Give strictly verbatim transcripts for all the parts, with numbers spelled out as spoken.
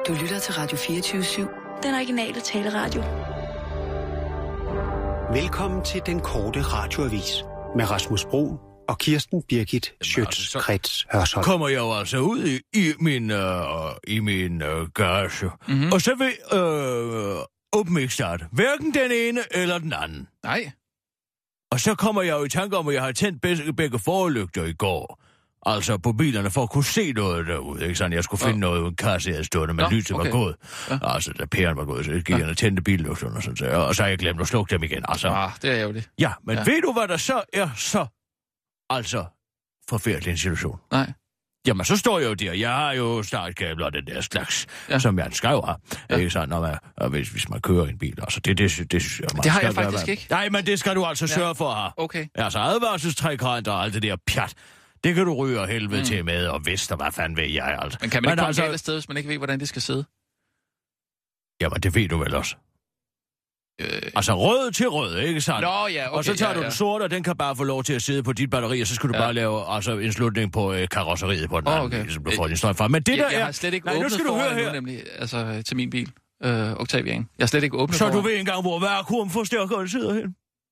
Du lytter til Radio fireogtyve syv. Den originale taleradio. Velkommen til den korte radioavis med Rasmus Broen og Kirsten Birgit Schøtz-Krets Hørsholm. Kommer jeg jo altså ud i, i min, øh, i min øh, garage, mm-hmm. og så vil øh, åben ikke starte. Hverken den ene eller den anden. Nej. Og så kommer jeg jo i tanke om, at jeg har tændt begge, begge forlygter i går. Altså på bilerne, for at kunne se noget derude, ikke sådan? Jeg skulle finde oh. noget i en kasse, jeg havde stående, men lyset okay. var gået. Ja. Altså, da pæren var gået, så gik ja. jeg og tændte billygterne og sådan så, og så har jeg glemt at slukke dem igen. Altså, ah, det er ærgerligt. Ja, men ja. ved du, hvad der så er så, altså, forfærdelig en situation? Nej. Jamen, så står jeg jo der. Jeg har jo startkabler og den der slags, ja. som jeg skal jo have. Ja. Ikke sådan, når man, hvis, hvis man kører en bil. Altså, det, det, det, det synes jeg, man Det har skal jeg faktisk være. ikke. Nej, men det skal du altså ja. sørge for at have. Okay. Altså, advarselstrækkanter og alt det der pjat. Det kan du ryge og helvede mm. til med, og vidste, hvad fanden ved jeg, altså. Men kan man ikke men komme altså... galt sted, hvis man ikke ved, hvordan det skal sidde? Jamen, det ved du vel også. Øh... Altså, rød til rød, ikke sandt? Nå, ja, okay, og så tager ja, du ja. den sorte, og den kan bare få lov til at sidde på dit batteri, og så skal du ja. bare lave altså, en slutning på øh, karosseriet på den oh, anden, okay. ligesom du får din strøm fra. Men det jeg, der jeg er... har slet ikke Nej, åbnet nu skal du høre her. Nu, nemlig, altså, til min bil, øh, Octavian. Jeg har slet ikke åbnet Så foran. du ved ikke engang, hvor vakuumforstærkeren sidder hen?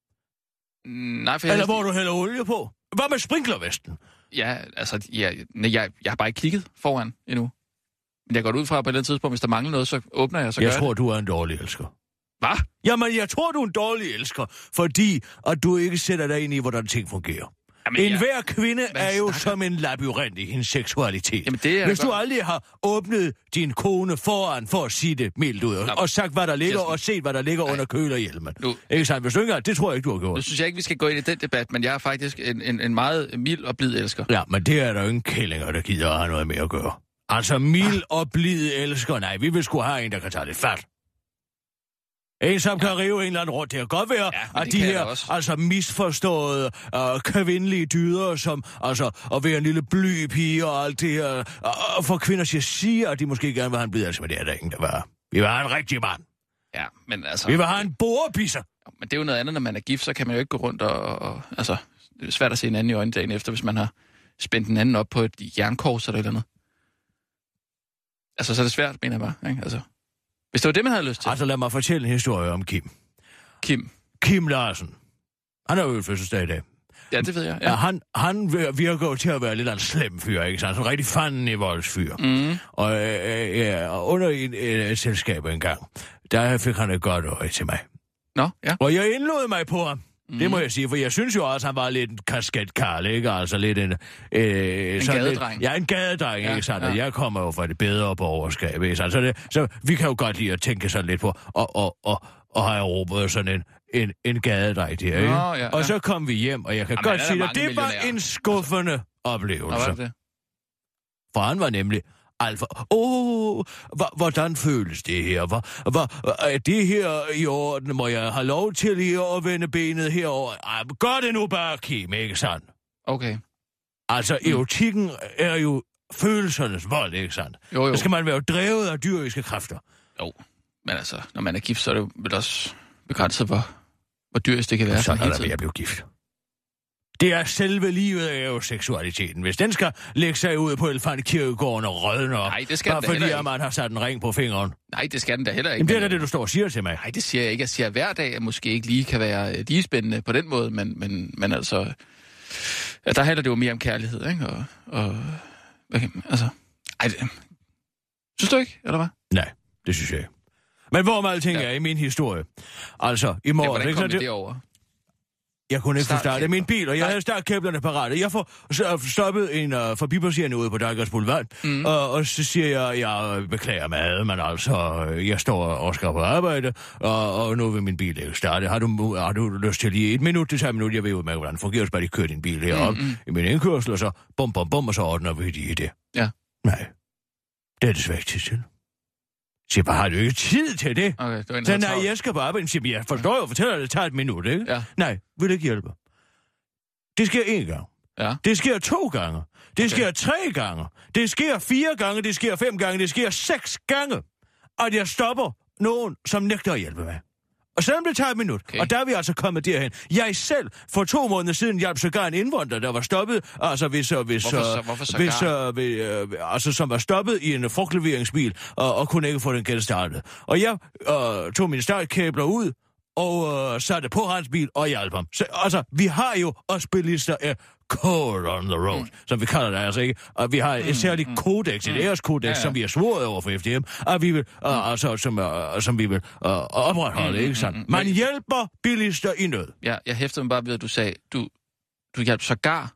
Nej, for jeg... Eller hvor du hælder olie på? Hvad med sprinklervesten? Ja, altså, ja, nej, jeg, jeg har bare ikke kigget foran endnu. Men jeg går ud fra på et eller andet tidspunkt, hvis der mangler noget, så åbner jeg, så Jeg gør tror, det. du er en dårlig elsker. Hvad? Jamen, jeg tror, du er en dårlig elsker, fordi at du ikke sætter dig ind i, hvordan ting fungerer. Jamen, en jeg... hver kvinde Hvad er jo snakker? som en labyrint i hendes seksualitet. Jamen, det er Hvis du godt. aldrig har åbnet din kone foran for at sige det mildt ud, Jamen, og sagt, hvad der ligger, Kirsten. og set, hvad der ligger Ej. under kølerhjelmen. Nu... Ikke sandt? Hvis du ikke har, det tror jeg ikke, du har gjort. Nu synes jeg ikke, vi skal gå ind i den debat, men jeg er faktisk en, en, en meget mild og blid elsker. Ja, men det er der jo ingen kællinger, der gider at have noget med at gøre. Altså, mild ah. og blid elsker, nej, vi vil sgu have en, der kan tage det fat. En, som ja. kan rive en eller anden rundt. Det kan godt være, ja, at de her altså misforståede uh, kvindelige dyder, som altså at være en lille blypige og alt det her, uh, for kvinder siger, siger, at de måske gerne vil have en blid, altså, men det er der ingen, der var. Vi vil have en rigtig mand. Ja, men altså... Vi vil have en borebisser. Men det er jo noget andet, når man er gift, så kan man jo ikke gå rundt og... og altså, det er svært at se en anden i øjnene dagen efter, hvis man har spændt en anden op på et jernkors eller et eller andet. Altså, så er det svært, mener jeg bare, ikke? Altså... Hvis det var det, man havde lyst til. Altså, lad mig fortælle en historie om Kim. Kim? Kim Larsen. Han er jo et fødselsdag i dag. Ja, det ved jeg, ja. ja han, han virker jo til at være lidt af en slem fyr, ikke sant? Sådan en rigtig fanden i voldsfyr. Mm. Og, øh, ja, og under et, et, et selskab engang, der fik han et godt øje til mig. Nå, ja. Og jeg indlod mig på ham. Mm. Det må jeg sige, for jeg synes jo også, at han var lidt en kasketkarl, ikke? Altså lidt en... Øh, en gadedreng. Lidt, ja, en gadedreng, ja, ikke sant? Ja. Jeg kommer jo fra det bedre borgerskab, ikke sant? Så, det, så vi kan jo godt lide at tænke sådan lidt på, og, og, og, og har erobret sådan en, en, en gadedreng der, ikke? Nå, ja, ja. Og så kom vi hjem, og jeg kan Jamen, godt sige at det var en skuffende altså, oplevelse. Var det? For han var nemlig... Alfa. Åh, oh, hvordan føles det her? Hva, hva, er det her i orden? Må jeg have lov til lige at vende benet herover? Ej, gør det nu bare, Kim, ikke sandt? Okay. Altså, mm. erotikken er jo følelsernes vold, ikke sandt? Jo, jo. Så skal man være drevet af dyriske kræfter. Jo, men altså, når man er gift, så er det jo vel også begrænset, hvor, hvor dyrisk det kan være. Sådan er der ved at blive gift. Det er selve livet af jo seksualiteten. Hvis den skal lægge sig ud på elefantkirkegården og rådne op, nej, det skal bare den fordi at man har sat en ring på fingeren. Nej, det skal den da heller ikke. Jamen, det er da det, du står og siger til mig. Nej, det siger jeg ikke. Jeg siger, at hver dag måske ikke lige kan være lige spændende på den måde, men, men, men altså... Ja, der handler det jo mere om kærlighed, ikke? Og, og okay, altså... Ej, det, synes du ikke, eller hvad? Nej, det synes jeg ikke. Men hvor meget ting ja. er i min historie? Altså, i morgen... Ja, hvordan kom det derover? Jeg kunne ikke få startet min bil, og jeg Nej. havde startkæblerne parate. Jeg får stoppet en uh, forbipasserende ude på Dagers Boulevard, mm. og, og så siger jeg, jeg beklager mad, men altså, jeg står og skal på arbejde, og, og nu vil min bil ikke starte. Har du, har du lyst til lige et minut, det tager et minut, jeg ved jo med, hvordan det fungerer, så bare lige køre din bil herop mm, mm. i min indkørsel, og så bum, bum, bum, og så ordner vi det i det. Ja. Nej, det er det svært tid til. Så jeg bare, har du ikke tid til det? Okay, det var en så nej, jeg skal på arbejde. Så jeg forstår jo og fortæller, at det tager et minut, ikke? Ja. Nej, vil det ikke hjælpe? Det sker én gang. Ja. Det sker to gange. Det okay. sker tre gange. Det sker fire gange. Det sker fem gange. Det sker seks gange. At jeg stopper nogen, som nægter at hjælpe mig. Og selvom det tager et minut, okay. Og der er vi altså kommet derhen. Jeg selv for to måneder siden hjalp sågar en indvandrer, der var stoppet, altså hvis... hvis hvorfor så, hvorfor så hvis, øh, ved, øh, altså som var stoppet i en frugtleveringsbil, og, og kunne ikke få den genstartet. Og jeg øh, tog mine startkæbler ud, og øh, satte på hans bil og hjalp ham. Så, altså, vi har jo også bilister af code on the road, mm. som vi kalder det altså ikke. Og vi har et mm, særligt mm, kodex, et æreskodex, ja, ja. som vi har svoret over for F D M, og vi vil, mm. uh, altså, som, uh, som vi vil uh, opretholde, mm, ikke sandt? Mm, Man hjælper bilister i nød. Ja, jeg hæftede mig bare ved, at du sagde, du, du hjalp sågar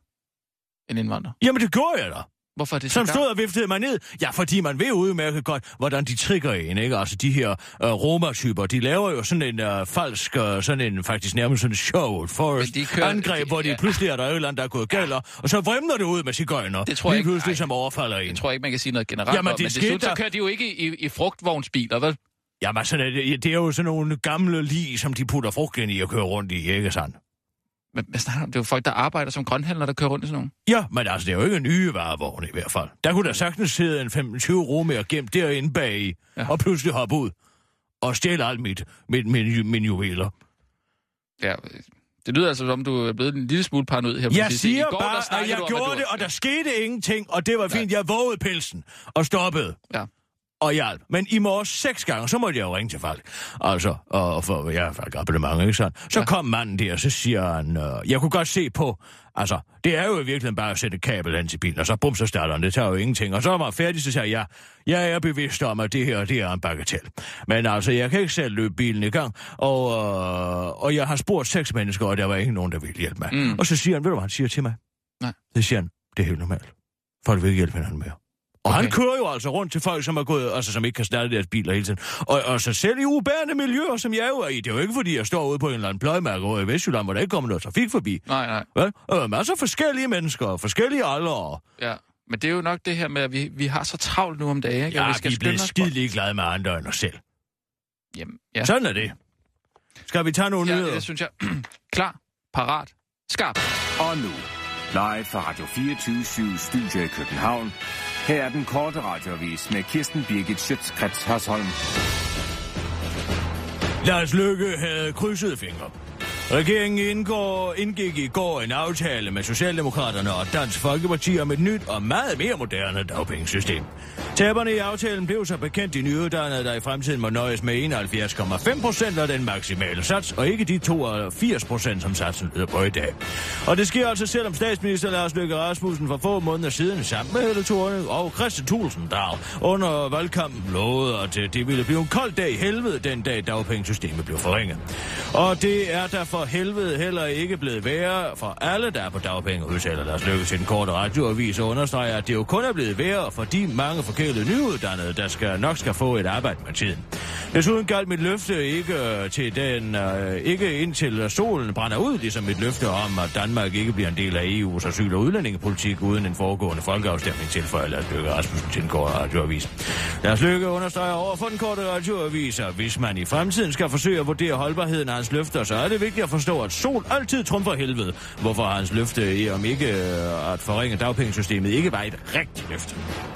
en indvandrer. Jamen, det gjorde jeg da. Hvorfor er det Som sågar? stod og viftede mig ned. Ja, fordi man ved udmærket godt, hvordan de trigger en, ikke? Altså, de her uh, Roma-typer, de laver jo sådan en uh, falsk, uh, sådan en faktisk nærmest sådan en show forest kører, angreb, hvor de ja. pludselig er der et eller andet, der er gået galt, ja. og så vrimler det ud med cigøjner. Det tror jeg ikke. Pludselig, som overfalder en. Det tror jeg ikke, man kan sige noget generelt. Jamen, det men det, så kører de jo ikke i, i frugtvognsbiler, vel? Jamen, sådan, det, det er jo sådan nogle gamle lig, som de putter frugt ind i og kører rundt i, ikke sandt? Men hvad snakker om? Det er jo folk, der arbejder som grønthandler, der kører rundt i sådan nogle. Ja, men altså, det er jo ikke nye varevogne i hvert fald. Der kunne der sagtens sidde en femten tyve romer gemt derinde bag, ja. og pludselig hoppe ud og stjæle alt mit, mit, min, min juveler. Ja, det lyder altså, som du er blevet en lille smule paranoid her. Jeg siger går, bare, at jeg gjorde om, at det, og der skete ingenting, og det var fint. Ja. Jeg vågede pelsen og stoppede. Ja. Og hjælp. Men i morges seks gange, så måtte jeg jo ringe til folk. Altså, og for jeg har abonnement, ikke sådan. Så ja. kom manden der, og så siger han, øh, jeg kunne godt se på, altså, det er jo i virkeligheden bare at sætte et kabel hen til bilen, og så bum, så starter den, det tager jo ingenting. Og så var jeg færdig, så siger jeg, ja, jeg er bevidst om, at det her, det er en bagatel. Men altså, jeg kan ikke selv løbe bilen i gang, og, øh, og jeg har spurgt seks mennesker, og der var ikke nogen, der ville hjælpe mig. Mm. Og så siger han, ved du hvad han siger til mig? Nej. Så siger han, det er helt normalt. Folk vil ikke hjælpe hinanden mere. Og okay. han kører jo altså rundt til folk, som er gået, altså som ikke kan starte deres biler hele tiden. Og, og så selv i ubærende miljøer, som jeg jo er i. Det er jo ikke, fordi jeg står ude på en eller anden pløjemærke over i Vestjylland, hvor der ikke kommer noget trafik forbi. Nej, nej. Vel? Og masser af forskellige mennesker, forskellige aldre. Ja, men det er jo nok det her med, at vi, vi har så travlt nu om dagen, ikke? Ja, vi skal vi bliver skidelig glade med andre end os selv. Jamen, ja. Sådan er det. Skal vi tage nogle ja, nyheder? Ja, det synes jeg. Klar, parat, skarp. Og nu, live fra Radio fireogtyve syv Studio i København. Her er den korte radioavis med Kirsten Birgit Schøtz-Krets Hørsholm. Lars Løkke havde krydset fingre. Regeringen indgår, indgik i går en aftale med Socialdemokraterne og Dansk Folkeparti om et nyt og meget mere moderne dagpengesystem. Taberne i aftalen blev så bekendt de nyuddannede, der i fremtiden må nøjes med enoghalvfjerds komma fem procent af den maksimale sats, og ikke de toogfirs procent, som satsen lyder på i dag. Og det sker altså selvom statsminister Lars Løkke Rasmussen for få måneder siden sammen med Helle Thorning og Christian Thulesen Dahl under valgkampen lovede, at det ville blive en kold dag i helvede den dag dagpengesystemet blev forringet. Og det er derfor helvede heller ikke blevet værre for alle, der er på dagpenge, udtaler Lars Løkke til den korte radioavis og understreger, at det jo kun er blevet værre for de mange forkælede nyuddannede, der skal, nok skal få et arbejde med tiden. Desuden galt mit løfte ikke til den, uh, ikke indtil solen brænder ud, ligesom mit løfte om, at Danmark ikke bliver en del af E U's asyl- og udlændingepolitik uden en foregående folkeafstemning, tilføjer Lars Løkke Rasmussen til den korte radioavis. Lars Løkke understreger over for den korte radioavis, at hvis man i fremtiden skal forsøge at vurdere holdbarheden af hans løfter, så er det vigtigt at forstå, at sol altid trumfer helvede, hvorfor hans løfte om ikke at forringe dagpengesystemet ikke var et rigtigt løfte.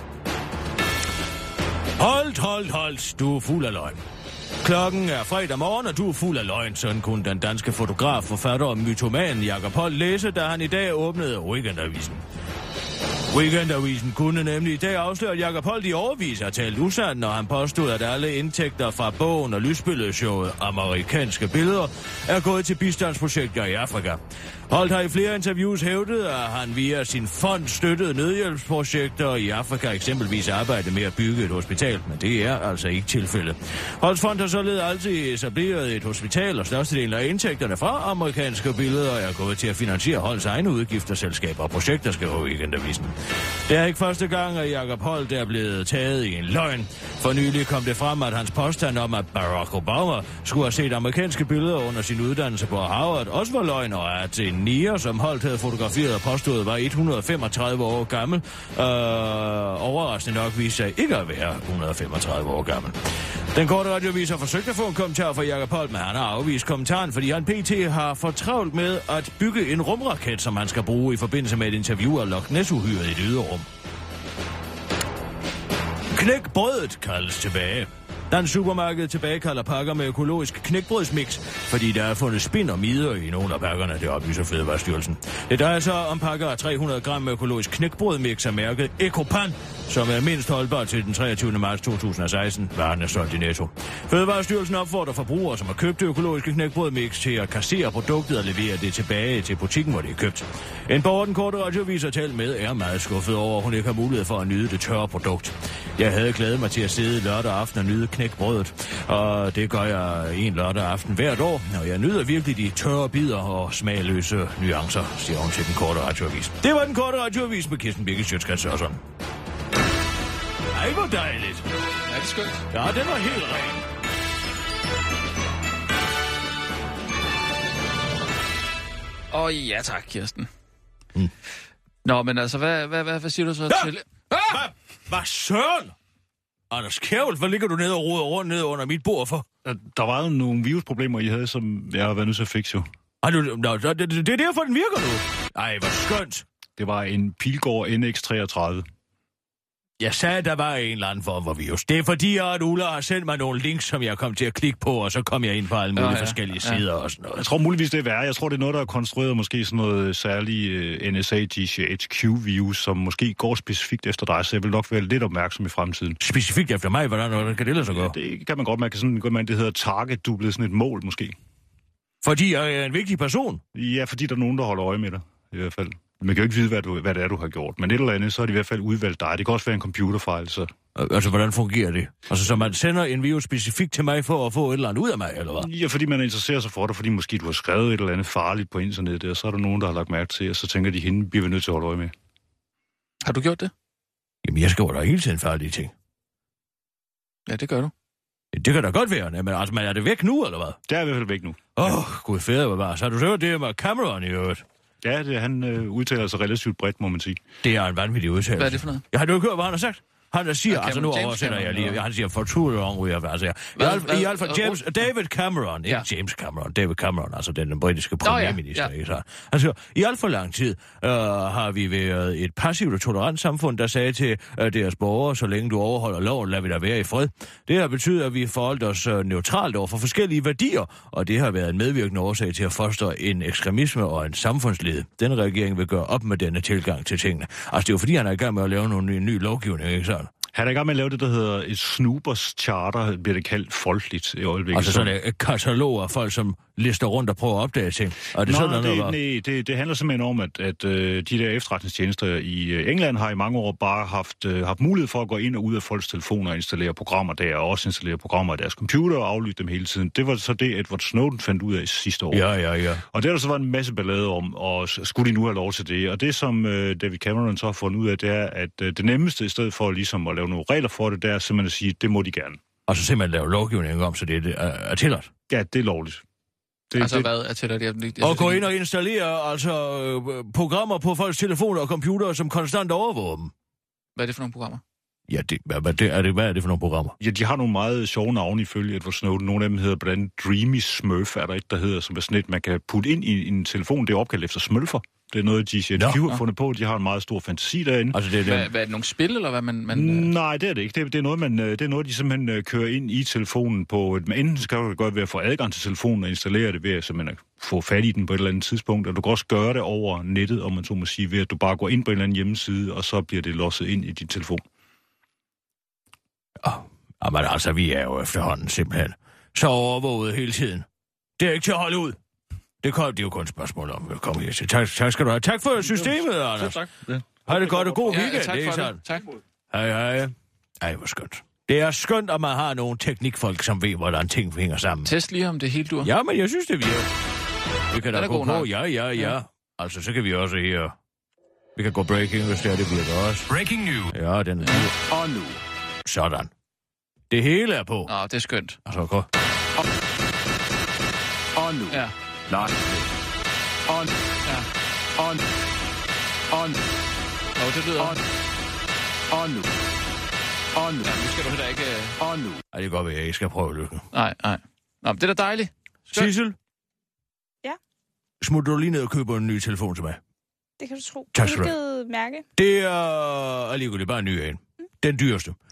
Hold, hold, hold, du er fuld af løgn. Klokken er fredag morgen, og du er fuld af løgn, sådan kunne den danske fotograf, forfatter og mytoman Jakob Holt læse, da han i dag åbnede Weekendavisen. Weekendavisen kunne nemlig i dag afsløre, at Jakob Holt i årevis har talt usandt, når han påstod, at alle indtægter fra bogen og lysbilledshowet Amerikanske Billeder er gået til bistandsprojekter i Afrika. Holt har i flere interviews hævdet, at han via sin fond støttede nødhjælpsprojekter i Afrika, eksempelvis arbejde med at bygge et hospital, men det er altså ikke tilfældet. Holts fond har således altid etableret et hospital, og størstedelen af indtægterne fra Amerikanske Billeder er gået til at finansiere Holts egne udgifter, selskaber og projekter, skriver Weekendavisen. Det er ikke første gang, at Jakob Holt er blevet taget i en løgn. For nylig kom det frem, at hans påstand om, at Barack Obama skulle have set amerikanske billeder under sin uddannelse på Harvard, også var løgn, og at en nier, som Holt havde fotograferet og påstået, var et hundrede og femogtredive år gammel. Øh, overraskende nok viste sig ikke at være et hundrede og femogtredive år gammel. Den korte radioavis har forsøgt at få en kommentar fra Jakob Holt, men han har afvist kommentaren, fordi han pt. Har for travlt med at bygge en rumraket, som han skal bruge i forbindelse med et interview af Loch Ness-uhyret i det ydre rum. Knæk brødet kaldes tilbage. Dansk Supermarked tilbagekalder pakker med økologisk knækbrødsmix, fordi der er fundet spind og mider i nogle af pakkerne, det oplyser Fødevarestyrelsen. Det drejer sig om pakker af tre hundrede gram økologisk knækbrødmix af mærket Ecopan, som er mindst holdbar til den treogtyvende marts to tusind og seksten. Varen er solgt i Netto. Fødevarestyrelsen opfordrer forbrugere, som har købt det økologiske knækbrødmix, til at kassere produktet og levere det tilbage til butikken, hvor det er købt. En borger, den korte radioavis har talt med, er meget skuffet over, at hun ikke har mulighed for at nyde det tørre produkt. Jeg havde glædet mig til at sidde lørdag aften og nyde knækbrødet, og det gør jeg en lørdag aften hvert år, og jeg nyder virkelig de tørre bidder og smagløse nuancer, siger hun til den korte radioavis. Det var den korte radioavis med Kirsten Birgit Sjøtskrets Hørsholm. Ej, hvor dejligt. Ja, det er skønt. Ja, den var helt ren. Åh, oh, ja tak, Kirsten. Mm. Nå, men altså, hvad, hvad, hvad, hvad siger du så ja! til... Ah! Hvad? Hvad søren? Anders Kjævel, hvad ligger du nede og roder rundt nede under mit bord for? Der var jo nogle virusproblemer, I havde, som jeg har været nødt til at fikse jo. Ej, du, nå, det, det er derfor, den virker nu. Ej, hvor skønt. Det var en Pilgaard N X treogtredive. Jeg sagde, at der var en eller anden form for virus. Det er fordi, at Ulla har sendt mig nogle links, som jeg kom til at klikke på, og så kom jeg ind på alle mulige ja, ja. forskellige ja. sider og sådan noget. Jeg tror muligvis, det er værre. Jeg tror, det er noget, der er konstrueret måske sådan noget særlig uh, N S A G C H Q-virus, som måske går specifikt efter dig, så jeg vil nok være lidt opmærksom i fremtiden. Specifikt efter mig? Hvordan kan det ellers så gå? Ja, det kan man godt. Man kan sådan, man, det hedder target, du er blevet sådan et mål måske. Fordi jeg er en vigtig person? Ja, fordi der er nogen, der holder øje med dig, i hvert fald. Man kan jo ikke vide, hvad, du, hvad det er, du har gjort. Men et eller andet, så er det i hvert fald udvalgt dig. Det kan også være en computerfejl, så... Altså, hvordan fungerer det? Altså, så man sender en virus specifikt til mig for at få et eller andet ud af mig, eller hvad? Ja, fordi man interesserer sig for det, fordi måske du har skrevet et eller andet farligt på internettet, og så er der nogen, der har lagt mærke til, og så tænker de, hende bliver vi nødt til at holde øje med. Har du gjort det? Jamen, jeg skriver da hele tiden farlige ting. Ja, det gør du. Det kan da godt være, men altså, man er det væk nu, eller hvad? Det er i hvert fald væk nu. Åh, oh, gud fædre, hvad var. Så har du så hørt det med Cameron i øvrigt? Ja, det, han øh, udtaler sig relativt bredt, må man sige. Det er en vanvittig udtalelse. Hvad er det for noget? Jeg har du ikke hørt, hvad han har sagt? Han der siger, okay, altså nu James oversætter Cameron, jeg lige, han siger for too long, altså, i hvert fald James, David Cameron, ikke ja. James Cameron, David Cameron, altså den, den britiske premierminister, oh, ja. Ja. Ikke så? Han siger, i alt for lang tid uh, har vi været et passivt og tolerant samfund, der sagde til uh, deres borgere, så længe du overholder loven, lad vi da være i fred. Det har betydet, at vi forholdt os uh, neutralt over for forskellige værdier, og det har været en medvirkende årsag til at fostre en ekstremisme og en samfundslede. Den regering vil gøre op med denne tilgang til tingene. Altså det er jo fordi, han er i gang med at lave nogle nye, ny lovgivning, ikke sådan? Han er i gang med at lave det, der hedder et Snoopers Charter, bliver det kaldt folkeligt i øjeblikket. Altså sådan et katalog af folk, som lister rundt og prøver at opdage ting. Og det Nå, sådan det, noget, nej, det, det handler simpelthen om, at, at uh, de der efterretningstjenester i England har i mange år bare haft, uh, haft mulighed for at gå ind og ud af folks telefoner og installere programmer der, og også installere programmer i deres computer og aflytte dem hele tiden. Det var så det, Edward Snowden fandt ud af sidste år. Ja, ja, ja. Og det har der så været en masse ballade om, og skulle de nu have lov til det? Og det, som uh, David Cameron så har fundet ud af, det er, at uh, det nemmeste, i stedet for ligesom at lave nogle regler for det, det er simpelthen at sige, det må de gerne. Og så simpelthen lave lovgivning om, så det er, er tilladt? Ja, det er lovligt. Det, altså det, hvad er tilladt? Jeg, jeg, jeg og gå ind og installere altså, øh, programmer på folks telefoner og computere, som konstant overvåger dem. Hvad er det for nogle programmer? Ja, det, hvad, det, er det, hvad er det for nogle programmer? Ja, de har nogle meget sjove navne ifølge Edward Snowden. Nogle af dem hedder blandt andet Dreamy Smurf, er der et, der hedder, som er sådan et, man kan putte ind i en telefon. Det er opkaldt efter smølfer. Det er noget, G C H Q har fundet på. De har en meget stor fantasi derinde. Altså, det er, det... Hvad, hvad er det, nogle spil, eller hvad man... man Nej, det er det ikke. Det er, det er, noget, man, det er noget, de simpelthen kører ind i telefonen på... Enten skal du godt ved at få adgang til telefonen og installere det ved at simpelthen få fat i den på et eller andet tidspunkt. Og du kan også gøre det over nettet, om man så må sige, ved at du bare går ind på en eller anden hjemmeside, og så bliver det losset ind i din telefon. Ja, men altså, vi er jo efterhånden simpelthen så overvåget hele tiden. Det er ikke til at holde ud. Det, kom, det er jo kun et spørgsmål om at komme her til. Tak, tak skal du have. Tak for systemet, Anders. Tak. Ja. Har det godt og god weekend. Ja, tak det er for sådan. det. Tak. Hej, hej. Ej, hvor skønt. Det er skønt, at man har nogle teknikfolk, som ved, hvordan ting hænger sammen. Test lige, om det er helt dur. Ja, men jeg synes, det virker. Vi kan da gå på. Ja, ja, ja. Altså, så kan vi også her... Vi kan gå breaking, hvis det er, det virker også. Breaking news. Ja, den er... Ja. Og nu. Sådan. Det hele er på. Nå, det er skønt. Altså, gå. Og, og nu. Ja. Nej. Og, ja. Og, og, og det lyder... Og, og nu. Og nu. Ja, nu skal du heller ikke... Og nu. Ej, det kan godt være, jeg ikke skal prøve lykken. Nej, nej. Nå, men det er da dejligt. Skønt. Sissel? Ja? Smutter du lige ned og køber en ny telefon til mig? Det kan du tro. Tak skal du have. Hvilket mærke? Det er alligevel bare en ny en. Den dyreste.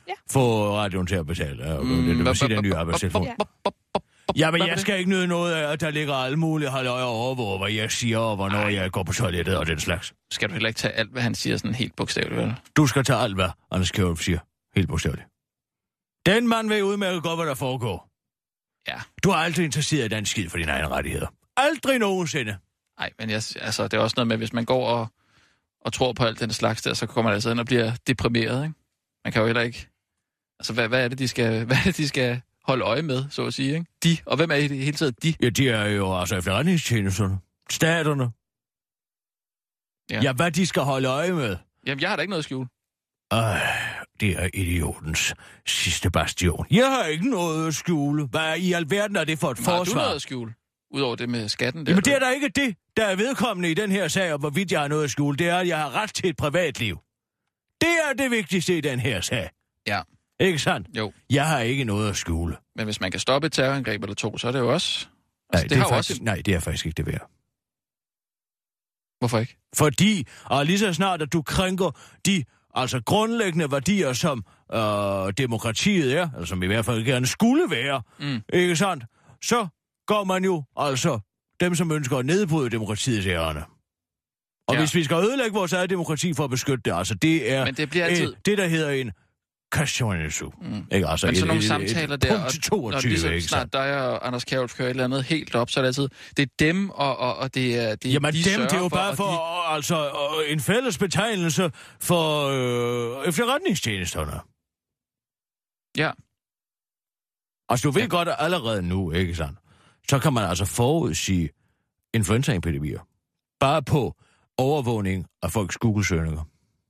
Ja. få radioen til at betale. Ja, mm, det, det vil sige, den nye arbejdstelefon. Ja. Ja, men jeg skal ikke nyde noget af, at der ligger alle mulige halvøjer og overvåge, hvad jeg siger, og hvornår Ej. jeg går på toilettet og den slags. Skal du heller ikke tage alt, hvad han siger, sådan helt bogstaveligt, vel? Du skal tage alt, hvad Anders Kjærulff siger, helt bogstaveligt. Den mand vil udmærke godt, hvad der foregår. Ja. Du har aldrig interesseret i den skid for dine egne rettigheder. Aldrig nogensinde. Nej, men jeg, altså, det er også noget med, hvis man går og, og tror på alt den slags der, så kommer man altså ind og bliver deprimeret, ikke? Man kan jo heller ikke... Altså, hvad, hvad er det, de skal... Hvad er det, de skal... holde øje med, så at sige, ikke? De. Og hvem er i det hele taget de? Ja, de er jo altså efterretningstjenesterne. Staterne. Ja. ja, hvad de skal holde øje med. Jamen, jeg har da ikke noget at skjule. Ej, det er idiotens sidste bastion. Jeg har ikke noget at skjule. Hvad i alverden er det for et Men forsvar? har du noget at skjule? Udover det med skatten der? Jamen, det er da ikke det, der er vedkommende i den her sag, og hvorvidt jeg har noget at skjule. Det er, at jeg har ret til et privatliv. Det er det vigtigste i den her sag. Ja. Ikke sandt? Jo. Jeg har ikke noget at skjule. Men hvis man kan stoppe et terrorangreb eller to, så er det jo også... Altså, nej, det, det har faktisk, også... nej, det er faktisk ikke det værd. Hvorfor ikke? Fordi, og lige så snart, at du krænker de altså grundlæggende værdier, som øh, demokratiet er, eller som i hvert fald gerne skulle være, mm. ikke sandt? Så går man jo altså dem, som ønsker at nedbryde demokratiets ærende. Og ja. Hvis vi skal ødelægge vores eget demokrati for at beskytte det, altså det er Men det, bliver altid... et, det der hedder en Kashmir-issue. Mm. Ikke? Altså, men sådan nogle et, samtaler et, et, der, og toogtyve, når lige så ikke snart dig og Anders Kjærulff kører et eller andet helt op, så er det altid, det er dem, og, og, og det er det, Jamen de dem, det er jo for, bare for, de... altså, en fælles betegnelse for øh, efterretningstjenesterne. Ja. Altså, du ved ja. godt, at allerede nu, ikke sandt, så kan man altså forudsige influenzaepidemier. Bare på overvågning af folks Google-søgninger.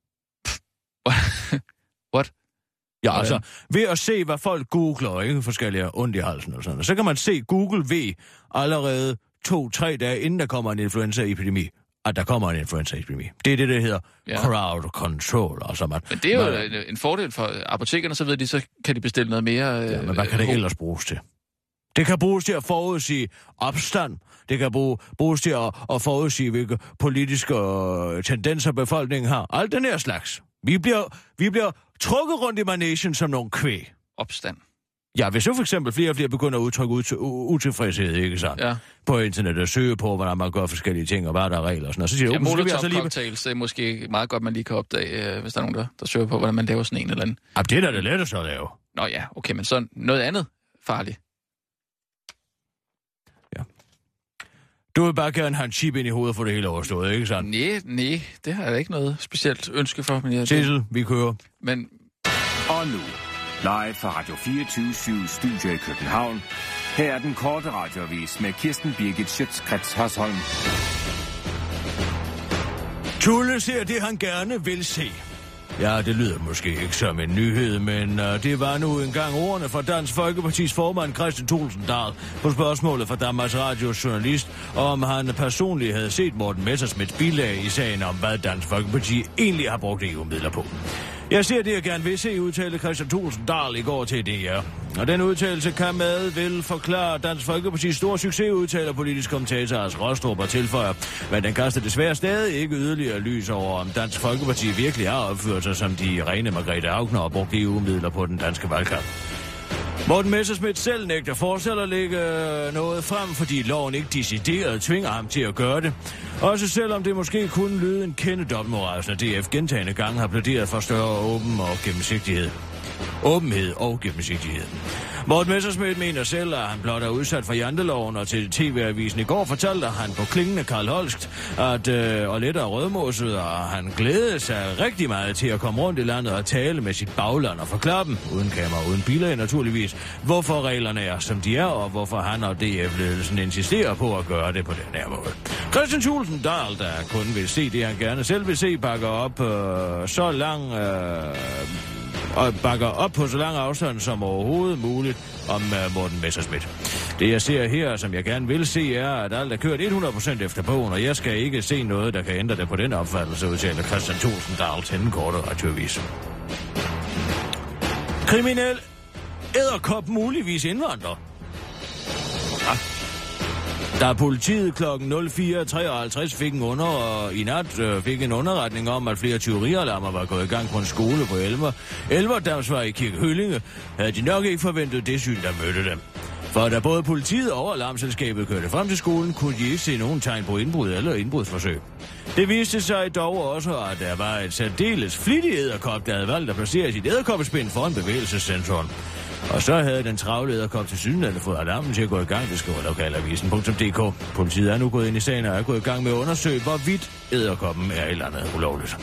What? Ja, altså, ved at se, hvad folk googler, ikke forskellige ondt i halsen og sådan, så kan man se, Google ved allerede to-tre dage, inden der kommer en influenzaepidemi, at der kommer en influenzaepidemi. Det er det, der hedder ja. crowd control. Altså, man, men det er jo man, en fordel for apotekerne, så ved de, så kan de bestille noget mere... Ja, men hvad kan det øh, ellers bruges til? Det kan bruges til at forudsige opstand. Det kan bruge, bruges til at, at forudsige, hvilke politiske uh, tendenser befolkningen har. Alt den her slags. Vi bliver, vi bliver trukket rundt i managen som nogle kvæg. Opstand. Ja, hvis jo for eksempel flere og flere begynder at udtrykke ut- utilfredshed, ikke sandt? Ja. På internet og søge på, hvordan man gør forskellige ting, og hvad der er regler og sådan noget. Så siger ja, jeg, molotov-cocktails, det er måske meget godt, man lige kan opdage, hvis der er nogen, der, der søger på, hvordan man laver sådan en eller anden. Ja, det er da det letteste at lave. Nå ja, okay, men så noget andet farligt. Ja. Du vil bare gerne have en chip ind i hovedet for det hele overstået, ikke sandt? Nej, nej, det har jeg ikke noget specielt ønske for. Men jeg... Sissel, vi kører. Men... Og nu, live fra Radio fireogtyve syv Studio i København. Her er den korte radioavis med Kirsten Birgit Schøtz-Krets Hasholm. Tulle ser det, han gerne vil se. Ja, det lyder måske ikke som en nyhed, men uh, det var nu engang ordene fra Dansk Folkepartis formand Kristian Thulesen Dahl på spørgsmålet fra Danmarks Radios journalist, om han personligt havde set Morten Messerschmidts bilag i sagen om, hvad Dansk Folkeparti egentlig har brugt E U-midler på. Jeg ser det, jeg gerne vil se, udtalte Kristian Thulesen Dahl i går til D R. Og den udtalelse kan med vil forklare Dansk Folkepartis store succes, udtaler politisk kommentator Lars Rostrup og tilføjer. Men den kaster desværre stadig ikke yderligere lys over, om Dansk Folkeparti virkelig har opført sig som de rene Margrethe Auken og brugt E U-midler på den danske valgkamp. Morten Messerschmidt selv nægter fortsat at lægge noget frem, fordi loven ikke decideret tvinger ham til at gøre det. Også selvom det måske kunne lyde en kende dobbeltmoral, når D F gentagne gange har plæderet for større åben og gennemsigtighed. Åbenhed og gennemsigtighed. Morten Messerschmidt mener selv, at han blot er udsat for janteloven, og til T V-avisen i går fortalte han på klingende Karl Holst, at øh, og lettere rødmoset, og han glædede sig rigtig meget til at komme rundt i landet og tale med sit bagland og forklare dem, uden kamera, uden bilag naturligvis, hvorfor reglerne er, som de er, og hvorfor han og D F-ledelsen insisterer på at gøre det på den her måde. Kristian Thulesen Dahl, der kun vil se det, han gerne selv vil se, bakker op øh, så lang... Øh, og bakker op på så lang afstand som overhovedet muligt om uh, Morten Messerschmidt. Det jeg ser her, som jeg gerne vil se, er, at alt er kørt hundrede procent efter bogen, og jeg skal ikke se noget, der kan ændre det på den opfattelse, udtaler Kristian Thulesen Dahl til den korte radioavis. Kriminel edderkop muligvis indvandrer. Ja. Da politiet klokken nul fire treoghalvtreds fik en, under, i nat, øh, fik en underretning om, at flere tyverialarmer var gået i gang på en skole på Elver, Elverdamsvej i Kirke Høllinge, havde de nok ikke forventet det syn, der mødte dem. For da både politiet og alarmselskabet kørte frem til skolen, kunne de ikke se nogen tegn på indbrud eller indbrudsforsøg. Det viste sig dog også, at der var et særdeles flittig edderkop, der havde valgt at placere sit edderkoppespind foran bevægelsessensoren. Og så havde den travle edderkop til synligheden fået alarmen til at gå i gang, det skriver lokalavisen punktum d k. Politiet er nu gået ind i sagen og er gået i gang med at undersøge, hvorvidt edderkoppen er et eller andet ulovligt.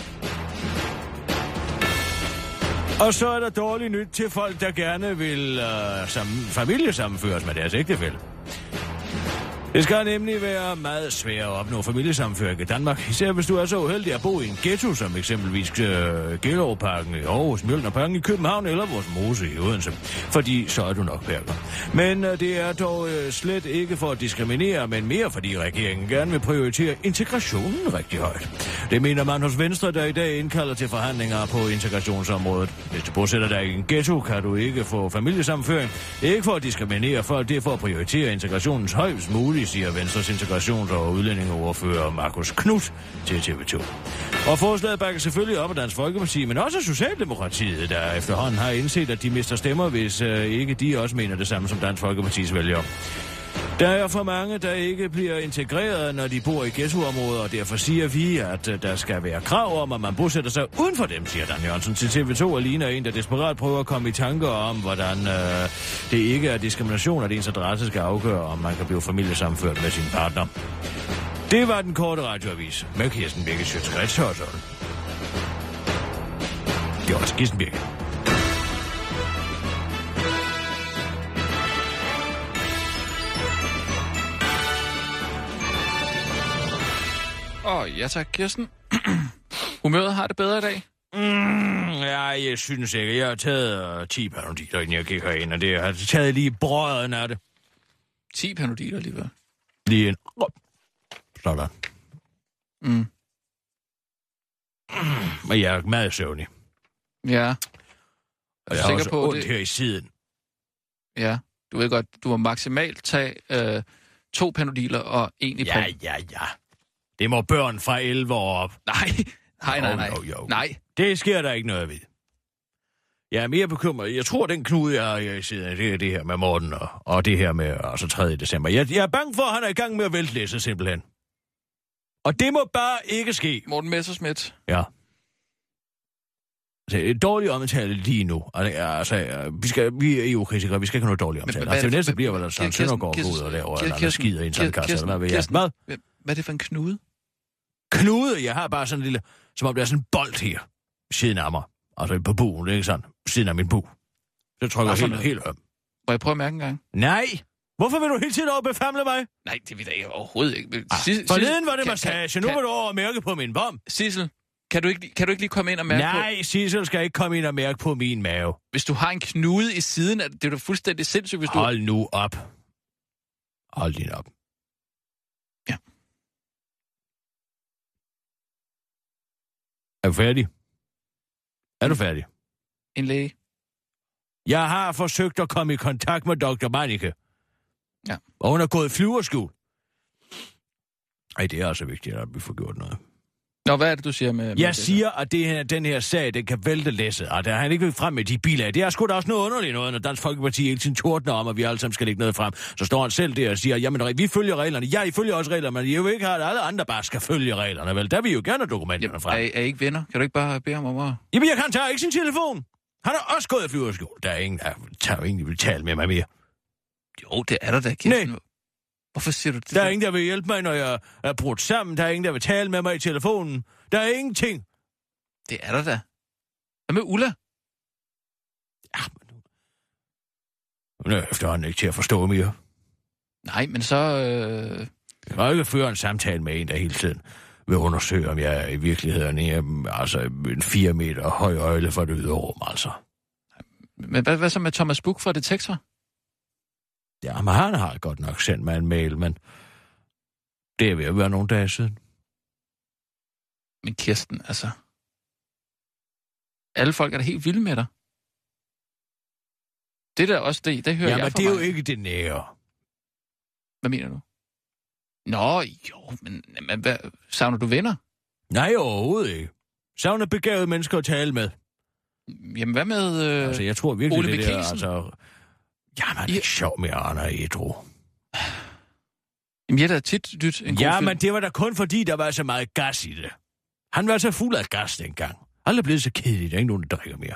Og så er der dårligt nyt til folk, der gerne vil øh, sammen, familiesammenføres med deres ægtefælle. Det skal nemlig være meget svært at opnå familiesammenføring i Danmark, især hvis du er så uheldig at bo i en ghetto, som eksempelvis øh, Gellerup-parken i Aarhus, Mjølnerparken i København eller vores Mose i Odense, fordi så er du nok perker. Men øh, det er dog øh, slet ikke for at diskriminere, men mere fordi regeringen gerne vil prioritere integrationen rigtig højt. Det mener man hos Venstre, der i dag indkalder til forhandlinger på integrationsområdet. Hvis du bosætter dig i en ghetto, kan du ikke få familiesammenføring. Det er ikke for at diskriminere folk, det er for at prioritere integrationens højst muligt, siger Venstres integrations- og udlændingeordfører Markus Knudt til T V to. Og forslaget bakker selvfølgelig op af Dansk Folkeparti, men også Socialdemokratiet, der efterhånden har indset, at de mister stemmer, hvis øh, ikke de også mener det samme som Dansk Folkepartis vælgere. Der er for mange, der ikke bliver integreret, når de bor i ghettoområder, og derfor siger vi, at øh, der skal være krav om, at man bosætter sig uden for dem, siger Dan Jørgensen til T V to, og ligner en, der desperat prøver at komme i tanker om, hvordan øh, det ikke er diskrimination, at ens adresse skal afgøre, om man kan blive familiesammenført med sin partner. Det var den korte radioavis med Kirsten Birgit Schøtz-Krets Hørsholm. Det var også Kirsten Birgit. Åh, oh, ja tak, Kirsten. Humøret har det bedre i dag? Mm, ja, jeg synes ikke. Jeg har taget uh, ti panodiler, inden jeg gik herind, og det jeg har taget lige brøden af det. ti panodiler alligevel? Lige en... Sådan. Mm. Men jeg er meget søvnig. Ja. Og jeg har også på ondt det... her i siden. Ja, du ved godt, du må maksimalt tage øh, to panodiler og en i Ja, ja, ja. Det må børn fra elleve år op. Nej, nej, nej, nej. Oh, jo, jo. Nej. Det sker der ikke noget ved. Jeg er mere bekymret. Jeg tror, den knude, jeg har i siden, det er det her med Morten og, og det her med altså tredje december. Jeg, jeg er bange for, at han er i gang med at vælte læse, simpelthen. Og det må bare ikke ske. Morten Messerschmidt. Ja. Altså, et dårligt omtale lige nu. Altså, vi, skal, vi er E U-kritikere, vi skal ikke have noget dårligt omtale. Men, altså, det næste bliver, hvad der sådan Søndergaard går ud og laver, eller der skider i en sandkasse, eller hvad ved jeg. Hvad? Hvad er det for en knude? Knude? Jeg har bare sådan en lille, som om der er sådan en bold her, siden af mig. Altså på buen, det er ikke sådan, siden af min bu. Så trykker jeg helt, helt om. Må jeg prøve at mærke en gang? Nej! Hvorfor vil du hele tiden over befamle mig? Nej, det vil jeg overhovedet ikke. Ah, forleden var det kan, massage, kan, nu vil du over og mærke på min bom. Sissel, kan du, ikke, kan du ikke lige komme ind og mærke Nej, på... Nej, Sissel skal ikke komme ind og mærke på min mave. Hvis du har en knude i siden, det er jo fuldstændig sindssygt, hvis du... Hold nu op. Hold din op. Ja. Er du færdig? Er du færdig? En læge. Jeg har forsøgt at komme i kontakt med doktor Mannike. Ja. Og hun er gået i flyverskjul. Ej, det er altså vigtigt, at vi får gjort noget. Nå, hvad er det, du siger med... med jeg det siger, at det her, den her sag, den kan vælte læsset. Og der har han ikke frem med de biler. Det er sgu da også noget underligt noget, når Dansk Folkeparti hele tiden tordner om, at vi alle sammen skal lægge noget frem. Så står han selv der og siger, jamen vi følger reglerne. Ja, I følger også reglerne, men I jo ikke har, at alle andre bare skal følge reglerne. Vel, der vil I jo gerne have dokumenterne frem. Er, er I ikke venner? Kan du ikke bare bede ham om at... Jamen, jeg kan tage ikke sin telefon. Han er også gået i flyverskjul. Der er ingen, der tager egentlig vil tale med mig mere. Jo, det er der da, Kirsten. Nej. Hvorfor siger du det? Der er ingen, der vil hjælpe mig, når jeg er brudt sammen. Der er ingen, der vil tale med mig i telefonen. Der er ingenting. Det er der da. Hvad med Ulla? Ja, men hun er efterhånden ikke til at forstå mere. Nej, men så... Øh... Jeg kan ikke føre en samtale med en, der hele tiden vil undersøge, om jeg i virkeligheden er altså en fire meter høj øjle for det ydre rum, altså. Men hvad, hvad så med Thomas Buch fra Detektor? Ja, men han har godt nok sendt mig en mail, men det er ved at være nogle dage siden. Men Kirsten, altså... Alle folk er da helt vilde med dig. Det der også, det, det hører ja, jeg men fra det er mig. jo ikke det nære. Hvad mener du? Nå, jo, men, men hvad, savner du venner? Nej, overhovedet ikke. Savner begavede mennesker at tale med. Jamen, hvad med øh, Altså, jeg tror virkelig, Ole det der, Mikkelsen? altså... Jamen, det er ikke sjovt med Arne og Edro. Jamen, jeg er da tit dyt en god Ja, film. men det var da kun fordi, der var så meget gas i det. Han var så fuld af gas dengang. Aldrig blevet så kedelig, der er ikke nogen, der drikker mere.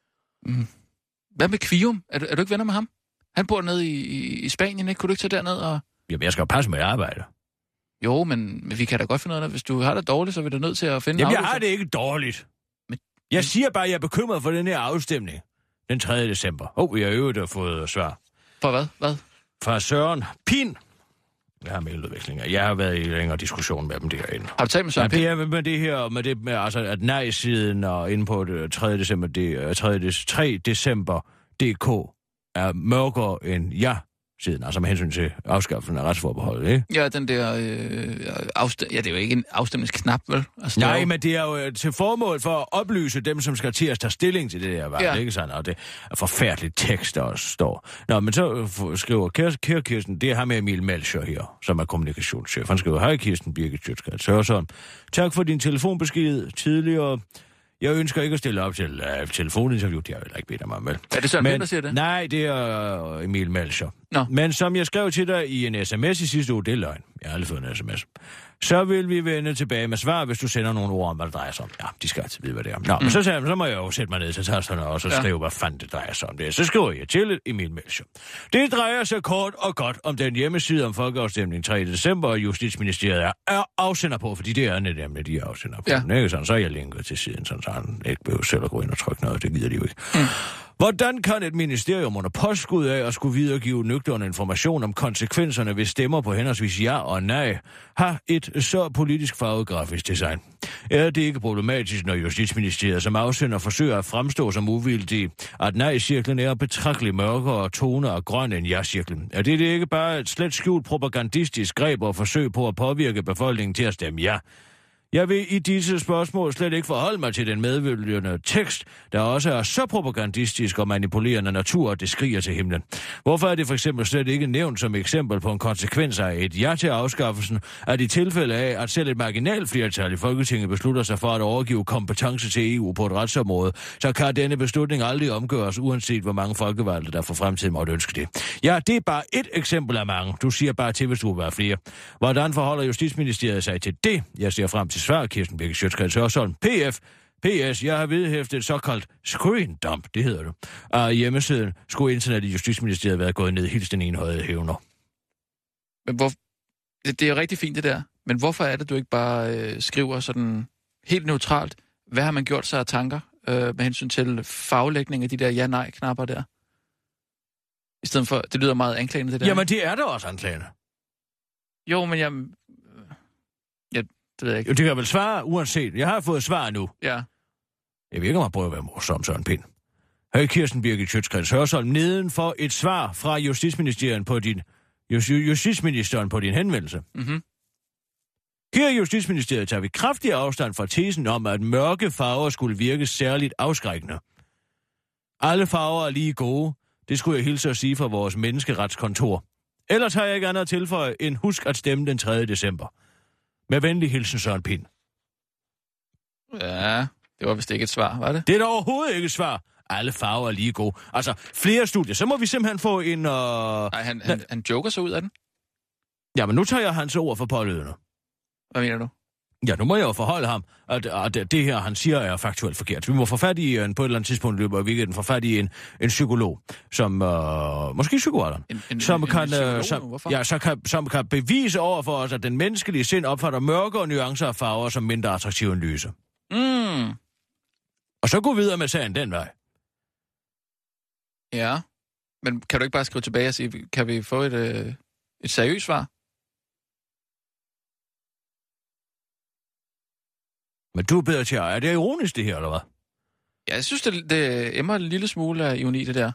Mm. Hvad med Kvium? Er du, er du ikke venner med ham? Han bor nede i, i, i Spanien, ikke? Kunne du ikke tage derned og... Jamen, jeg skal jo passe med arbejde. Jo, men, men vi kan da godt finde noget af. Hvis du har det dårligt, så er vi da nødt til at finde Jamen, en jeg afløser. har det ikke dårligt. Men- Jeg siger bare, at jeg er bekymret for den her afstemning. Den tredje december. Åh, oh, jeg har øvrigt fået svar. For hvad? Hvad? Fra Søren Pind. Jeg har mailudvekslinger. Jeg har været i længere diskussion med dem derinde. Har du talt med Søren Ja, Pind? det er med det her, med det med, altså, at nej-siden og inde på det tredje december, det, tredje december punktum d k er mørkere end ja-siden, altså med hensyn til afskaffelsen af retsforbeholdet, ikke? Ja, den der... Øh, afstem... Ja, det er jo ikke en afstemningsknap, vel? Altså, det er Nej, jo... men det er jo til formål for at oplyse dem, som skal til at tage stilling til det der valg, Ja. ikke sådan? Og det er forfærdeligt tekst, der også står. Nå, men så skriver Kære, Kære Kirsten, det er ham med Emil Melcher her, som er kommunikationschef. Han skriver, hej Kirsten Birgit Sjøtskrets Hørsholm. Tak for din telefonbesked tidligere. Jeg ønsker ikke at stille op til uh, telefoninterview, det har jeg heller ikke bedt om mig, vel? Er det Søren Men- Pind, der siger det? Nej, det er uh, Emil Melcher. Nå. Men som jeg skrev til dig i en sms i sidste uge, det er løgn. Jeg har aldrig fået en sms. Så vil vi vende tilbage med svar, hvis du sender nogle ord om, hvad det drejer sig om. Ja, de skal altid vide, hvad det er. Nå, mm. men så sagde jeg, så må jeg jo sætte mig ned til tasterne og så Ja. skrive, hvad fanden det drejer sig om det. Så skriver jeg til Emil Melcher. Det drejer sig kort og godt om den hjemmeside om folkeafstemning tredje december, og Justitsministeriet er, er afsender på, fordi det er nemlig, de er afsender på. Ja. Den, ikke? Sådan, så er jeg linket til siden, sådan, så han ikke behøver selv at gå ind og trykke noget. Det gider de jo ikke. Mm. Hvordan kan et ministerium under påskud af at skulle videregive nøgterne information om konsekvenserne ved stemmer på henholdsvis ja og nej, have et så politisk farvet grafisk design? Er det ikke problematisk, når Justitsministeriet som afsender forsøger at fremstå som uvildig, at nej-cirklen er betragteligt mørkere og toner af grøn end ja-cirklen? Er det ikke bare et slet skjult propagandistisk greb og forsøg på at påvirke befolkningen til at stemme ja? Jeg vil i disse spørgsmål slet ikke forholde mig til den medfølgende tekst, der også er så propagandistisk og manipulerende natur, at det skriger til himlen. Hvorfor er det for eksempel slet ikke nævnt som eksempel på en konsekvens af et ja til afskaffelsen, at i tilfælde af, at selv et marginalt flertal i Folketinget beslutter sig for at overgive kompetence til E U på et retsområde, så kan denne beslutning aldrig omgøres, uanset hvor mange folkevalgte, der for fremtiden måtte ønske det. Ja, det er bare et eksempel af mange. Du siger bare til, hvis du vil være flere. Hvordan forholder Justitsministeriet sig til det? Jeg ser frem til svar, Kirsten Birgit Sjøtskrets Hørsholm. P F. P S. Jeg har vedhæftet et såkaldt screen dump, det hedder det. Af hjemmesiden skulle internet i Justitsministeriet være gået ned helt den ene høje hævner. Men hvor... det, det er jo rigtig fint, det der. Men hvorfor er det, du ikke bare øh, skriver sådan helt neutralt, hvad har man gjort sig af tanker øh, med hensyn til faglægning af de der ja-nej-knapper der? I stedet for, det lyder meget anklagende, det der. Jamen, det er da også anklagende. Jo, men jeg... Ja, det ved jeg ikke. Jo, det kan vel svare uanset. Jeg har fået svar nu. Ja. Jeg ved ikke, om jeg prøver at være morsom, Søren Pind. Hej, Kirsten Birgit Sjøtskrets Hørsholm. Neden for et svar fra Justitsministeriet på din... Just, Justitsministeren på din henvendelse. Mhm. Her i Justitsministeriet tager vi kraftig afstand fra tesen om, at mørke farver skulle virke særligt afskrækkende. Alle farver er lige gode. Det skulle jeg hilse at sige fra vores menneskeretskontor. Ellers har jeg ikke andet at tilføje end husk at stemme den tredje december. Med venlig hilsen, Søren Pind. Ja, det var vist ikke et svar, var det? Det er da overhovedet ikke et svar. Alle farver er lige gode. Altså, flere studier. Så må vi simpelthen få en... Uh... Nej, han, han, han joker sig ud af den. Ja, men nu tager jeg hans ord for pålydende. Hvad mener du? Ja, nu må jeg jo forholde ham, at, at det her, han siger, er faktuelt forkert. Vi må få fat i en, på et eller andet tidspunkt løber i weekenden, få fat i en, en psykolog, som, øh, måske psykoalderen, En, en, som, en, kan, en psykolog, øh, som, hvorfor? ja, så kan, som kan bevise over for os, at den menneskelige sind opfatter mørke og nuancer af farver som mindre attraktive end lyse. Mm. Og så gå videre med sagen den vej. Ja. Men kan du ikke bare skrive tilbage og sige, kan vi få et, øh, et seriøst svar? Men du er bedre til at... Er det ironisk, det her, eller hvad? Ja, jeg synes, det, det emmer en lille smule af ironi, det der.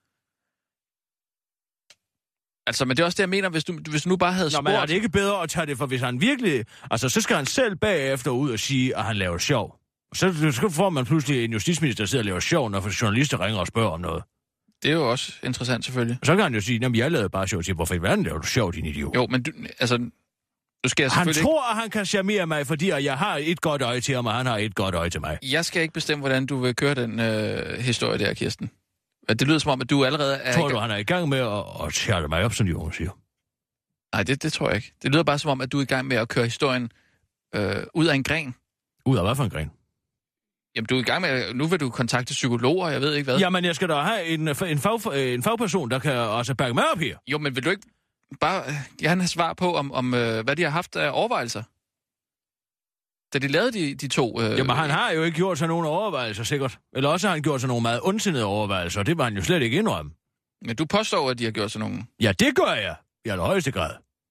Altså, men det er også det, jeg mener, hvis du, hvis du nu bare havde Nå, spurgt... men er det ikke bedre at tage det, for hvis han virkelig... Altså, så skal han selv bagefter ud og sige, at han laver sjov. Så, så får man pludselig en justitsminister, der sidder og laver sjov, når journalister ringer og spørger om noget. Det er jo også interessant, selvfølgelig. Og så kan han jo sige, at jeg lavede bare sjov til, hvorfor i verden laver du sjov, din idiot? Jo, men du, altså... Du skal han selvfølgelig tror, at han kan charmere mig, fordi jeg har et godt øje til ham, og han har et godt øje til mig. Jeg skal ikke bestemme, hvordan du vil køre den øh, historie der, Kirsten. Det lyder som om, at du allerede er... Tror du, han er i gang med at, at tjerte mig op, som de unge siger? Nej, det, det tror jeg ikke. Det lyder bare som om, at du er i gang med at køre historien øh, ud af en gren. Ud af hvad for en gren? Jamen, du er i gang med... At, nu vil du kontakte psykologer, jeg ved ikke hvad. Jamen, jeg skal da have en, en, fag, en fagperson, der kan også bakke mig op her. Jo, men vil du ikke bare gerne have svar på, om, om øh, hvad de har haft af overvejelser? Da de lavede de, de to... Øh, Jamen, han har jo ikke gjort sig nogen overvejelser, sikkert. Eller også har han gjort sig nogle meget ondsindede overvejelser, og det var han jo slet ikke indrømme. Men du påstår, at de har gjort sig nogle... Ja, det gør jeg. I allerhøjeste grad.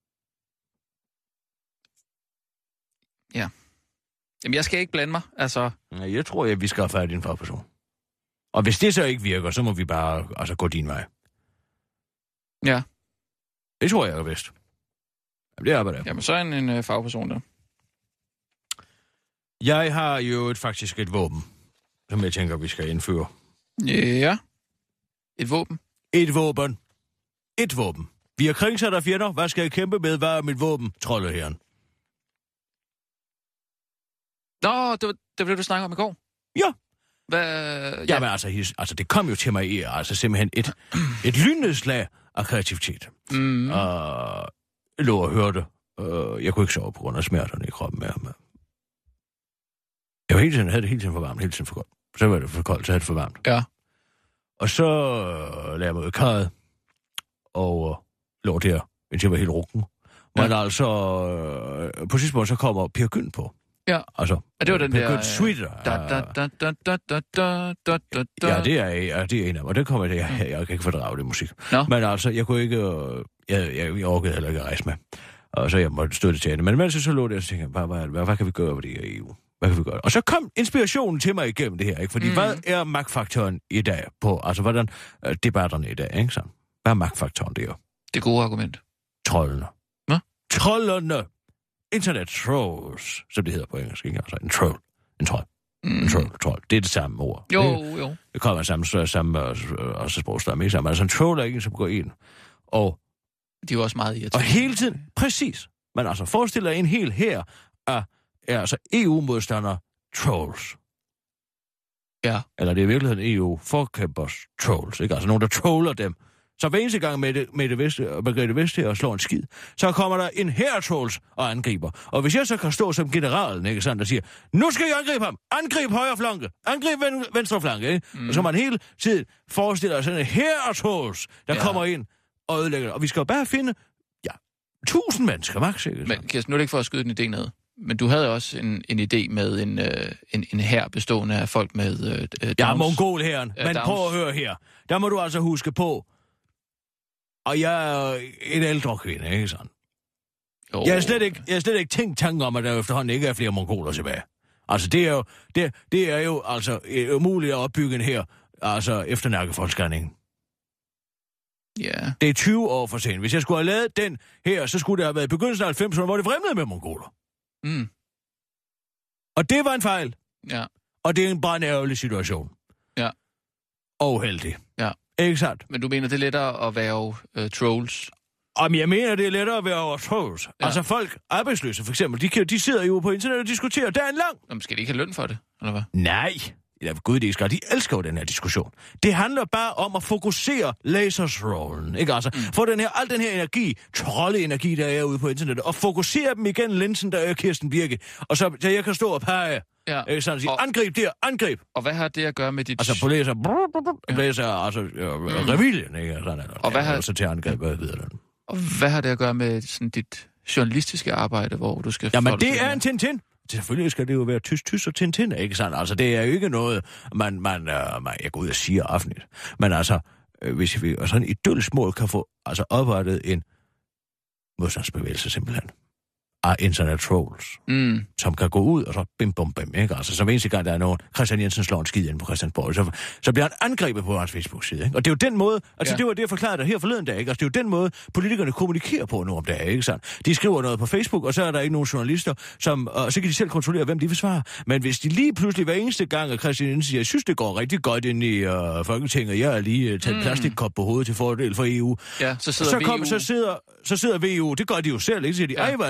Ja. Jamen, jeg skal ikke blande mig, altså... Nej, jeg tror, at vi skal have fat i en fagperson. Og hvis det så ikke virker, så må vi bare altså, gå din vej. Ja. Det tror jeg er bedst. Jamen, det er bare det. Jamen, så er en, en øh, fagperson der. Jeg har jo et, faktisk et våben, som jeg tænker, vi skal indføre. Ja. Et våben? Et våben. Et våben. Vi er krigsat af fjender. Hvad skal jeg kæmpe med? Hvad er mit våben? Troldeherren. Nå, det var det, var det du snakkede om i går? Ja. Hvad? Ja. Jamen altså, his, altså, det kom jo til mig i, altså simpelthen et, et lynnedslag af kreativitet. Mm. Og jeg lå og hørte. Uh, jeg kunne ikke sove på grund af smerterne i kroppen mere. Men jeg var hele tiden, havde det hele tiden for varmt, hele tiden for koldt. Så var det for koldt, så havde det for varmt. Ja. Og så uh, lagde jeg mig ud i karret, og uh, lå der, indtil jeg var helt rukken. Men ja. altså, uh, på sidste måde, så kommer Per Gynt på. Ja, altså, ja, det var den Per der... Gynt Sweeter. Da, da, da, da, da, da, da, da, da. Ja, det er, ja, det er en af dem, og det kommer det, jeg, jeg kan ikke fordrage det musik. Nå. Men altså, jeg kunne ikke, uh, jeg, jeg, jeg orkede heller ikke at rejse med. Og så jeg måtte støtte til det. Men mens jeg så lå der, så tænkte jeg, hvad, hvad, hvad, hvad kan vi gøre på det her E U? Hvad kan vi gøre? Og så kom inspirationen til mig igennem det her, ikke? Fordi mm. hvad er magtfaktoren i dag på, altså hvordan uh, debatterne i dag, ikke sådan? Hvad er magtfaktoren der? Det gode argument. Trollene. Hvad? Trollene! Internet trolls, som det hedder på engelsk, ikke? Altså en troll. En troll. Mm. En troll, troll. Det er det samme ord. Jo, det, jo. Det kommer samme, samme også sprogstamme, ikke sammen. Altså en troll er ikke, som går ind. Og de er jo også meget irriterende. Og hele tiden, præcis. Men altså, forestil dig en hel her af er altså E U-modstandere trolls. Ja. Eller det er i virkeligheden E U-forkæmpers trolls, ikke? Altså nogen, der troller dem. Så hver eneste gang med det, med det Vest, Margrethe Vestager slår en skid, så kommer der en her trolls og angriber. Og hvis jeg så kan stå som generalen, ikke sådan, der siger, nu skal jeg angribe ham, angrib højre flanke, angrib ven, venstre flanke, ikke? Mm. Og så man hele tiden forestiller sig sådan en her trolls, der ja. kommer ind og ødelægger. Og vi skal jo bare finde, ja, tusind mennesker, maks, ikke? Men Kirsten, nu er det ikke for at skyde den idé ned. Men du havde også en, en idé med en, øh, en, en hær bestående af folk med øh, Downs. Ja, mongolherren. Øh, Men Downs. prøv at høre her. Der må du altså huske på, og jeg er en ældre kvinde, ikke sådan? Jo. Jeg har slet ikke, jeg har slet ikke tænkt tanken om, at der efterhånden ikke er flere mongoler tilbage. Altså, det er jo, det, det er jo altså umuligt at opbygge en her, altså efter nærkefolkskanningen. Ja. Det er tyve år for sent. Hvis jeg skulle have lavet den her, så skulle det have været i begyndelsen af halvfemserne, hvor det vrimlede med mongoler. Mm. Og det var en fejl. Ja. Og det er en bare en ærgerlig situation. Ja. Og uheldig. Ja. Ikke sandt? Men du mener, det er lettere at være uh, trolls? Om jeg mener, det er lettere at være over trolls. Ja. Altså folk, arbejdsløse for eksempel, de, kan, de sidder jo på internet og diskuterer dagen lang. Jamen, skal de ikke have løn for det, eller hvad? Nej. Ja, gud, det skal. De elsker jo den her diskussion. Det handler bare om at fokusere lasersrollen, ikke altså? Mm. Få den her, al den her energi, troldeenergi, der er ude på internettet, og fokusere dem igen linsen, der er Kirsten Birke. Og så, så jeg kan stå og pege, ja. ikke sådan, og sige, og, angrib der, angrib. Og hvad har det at gøre med dit... Altså på læser, brr, brr, brr, ja. læser, altså, øh, mm. reviljen, ikke? Sådan, eller, og hvad har... Så til angreb, hvad videre den. Og hvad har det at gøre med sådan dit journalistiske arbejde, hvor du skal... Jamen, det er en Tintin. Selvfølgelig skal det jo være tysk-tysk og Tintin, ikke sandt? Altså, det er jo ikke noget, man, man, uh, man jeg går ud og siger offentligt. Men altså, øh, hvis vi sådan i dølgsmål kan få altså, oprettet en modstandsbevægelse simpelthen af internet trolls, mm. som kan gå ud og så bim, bum, bim, ikke? Altså, som eneste gang, der er nogen, Christian Jensen slår en skid ind på Christiansborg, så, så bliver han angrebet på hans Facebook-side, ikke? Og det er jo den måde, altså ja. det var det, jeg forklarede dig her forleden dag, ikke? Altså, det er jo den måde, politikerne kommunikerer på nu om dagen, ikke sandt? De skriver noget på Facebook, og så er der ikke nogen journalister, som, og så kan de selv kontrollere, hvem de vil svare. Men hvis de lige pludselig hver eneste gang, at Christian Jensen siger, jeg synes, det går rigtig godt ind i uh, Folketinget, jeg har lige uh, taget mm. plastikkop på hovedet til fordel for E U. Ja, så sidder så, V U. kom, så, sidder, så sidder V U, det gør de jo selv, ikke? Så siger de, ej, hvor er du godt, hvor er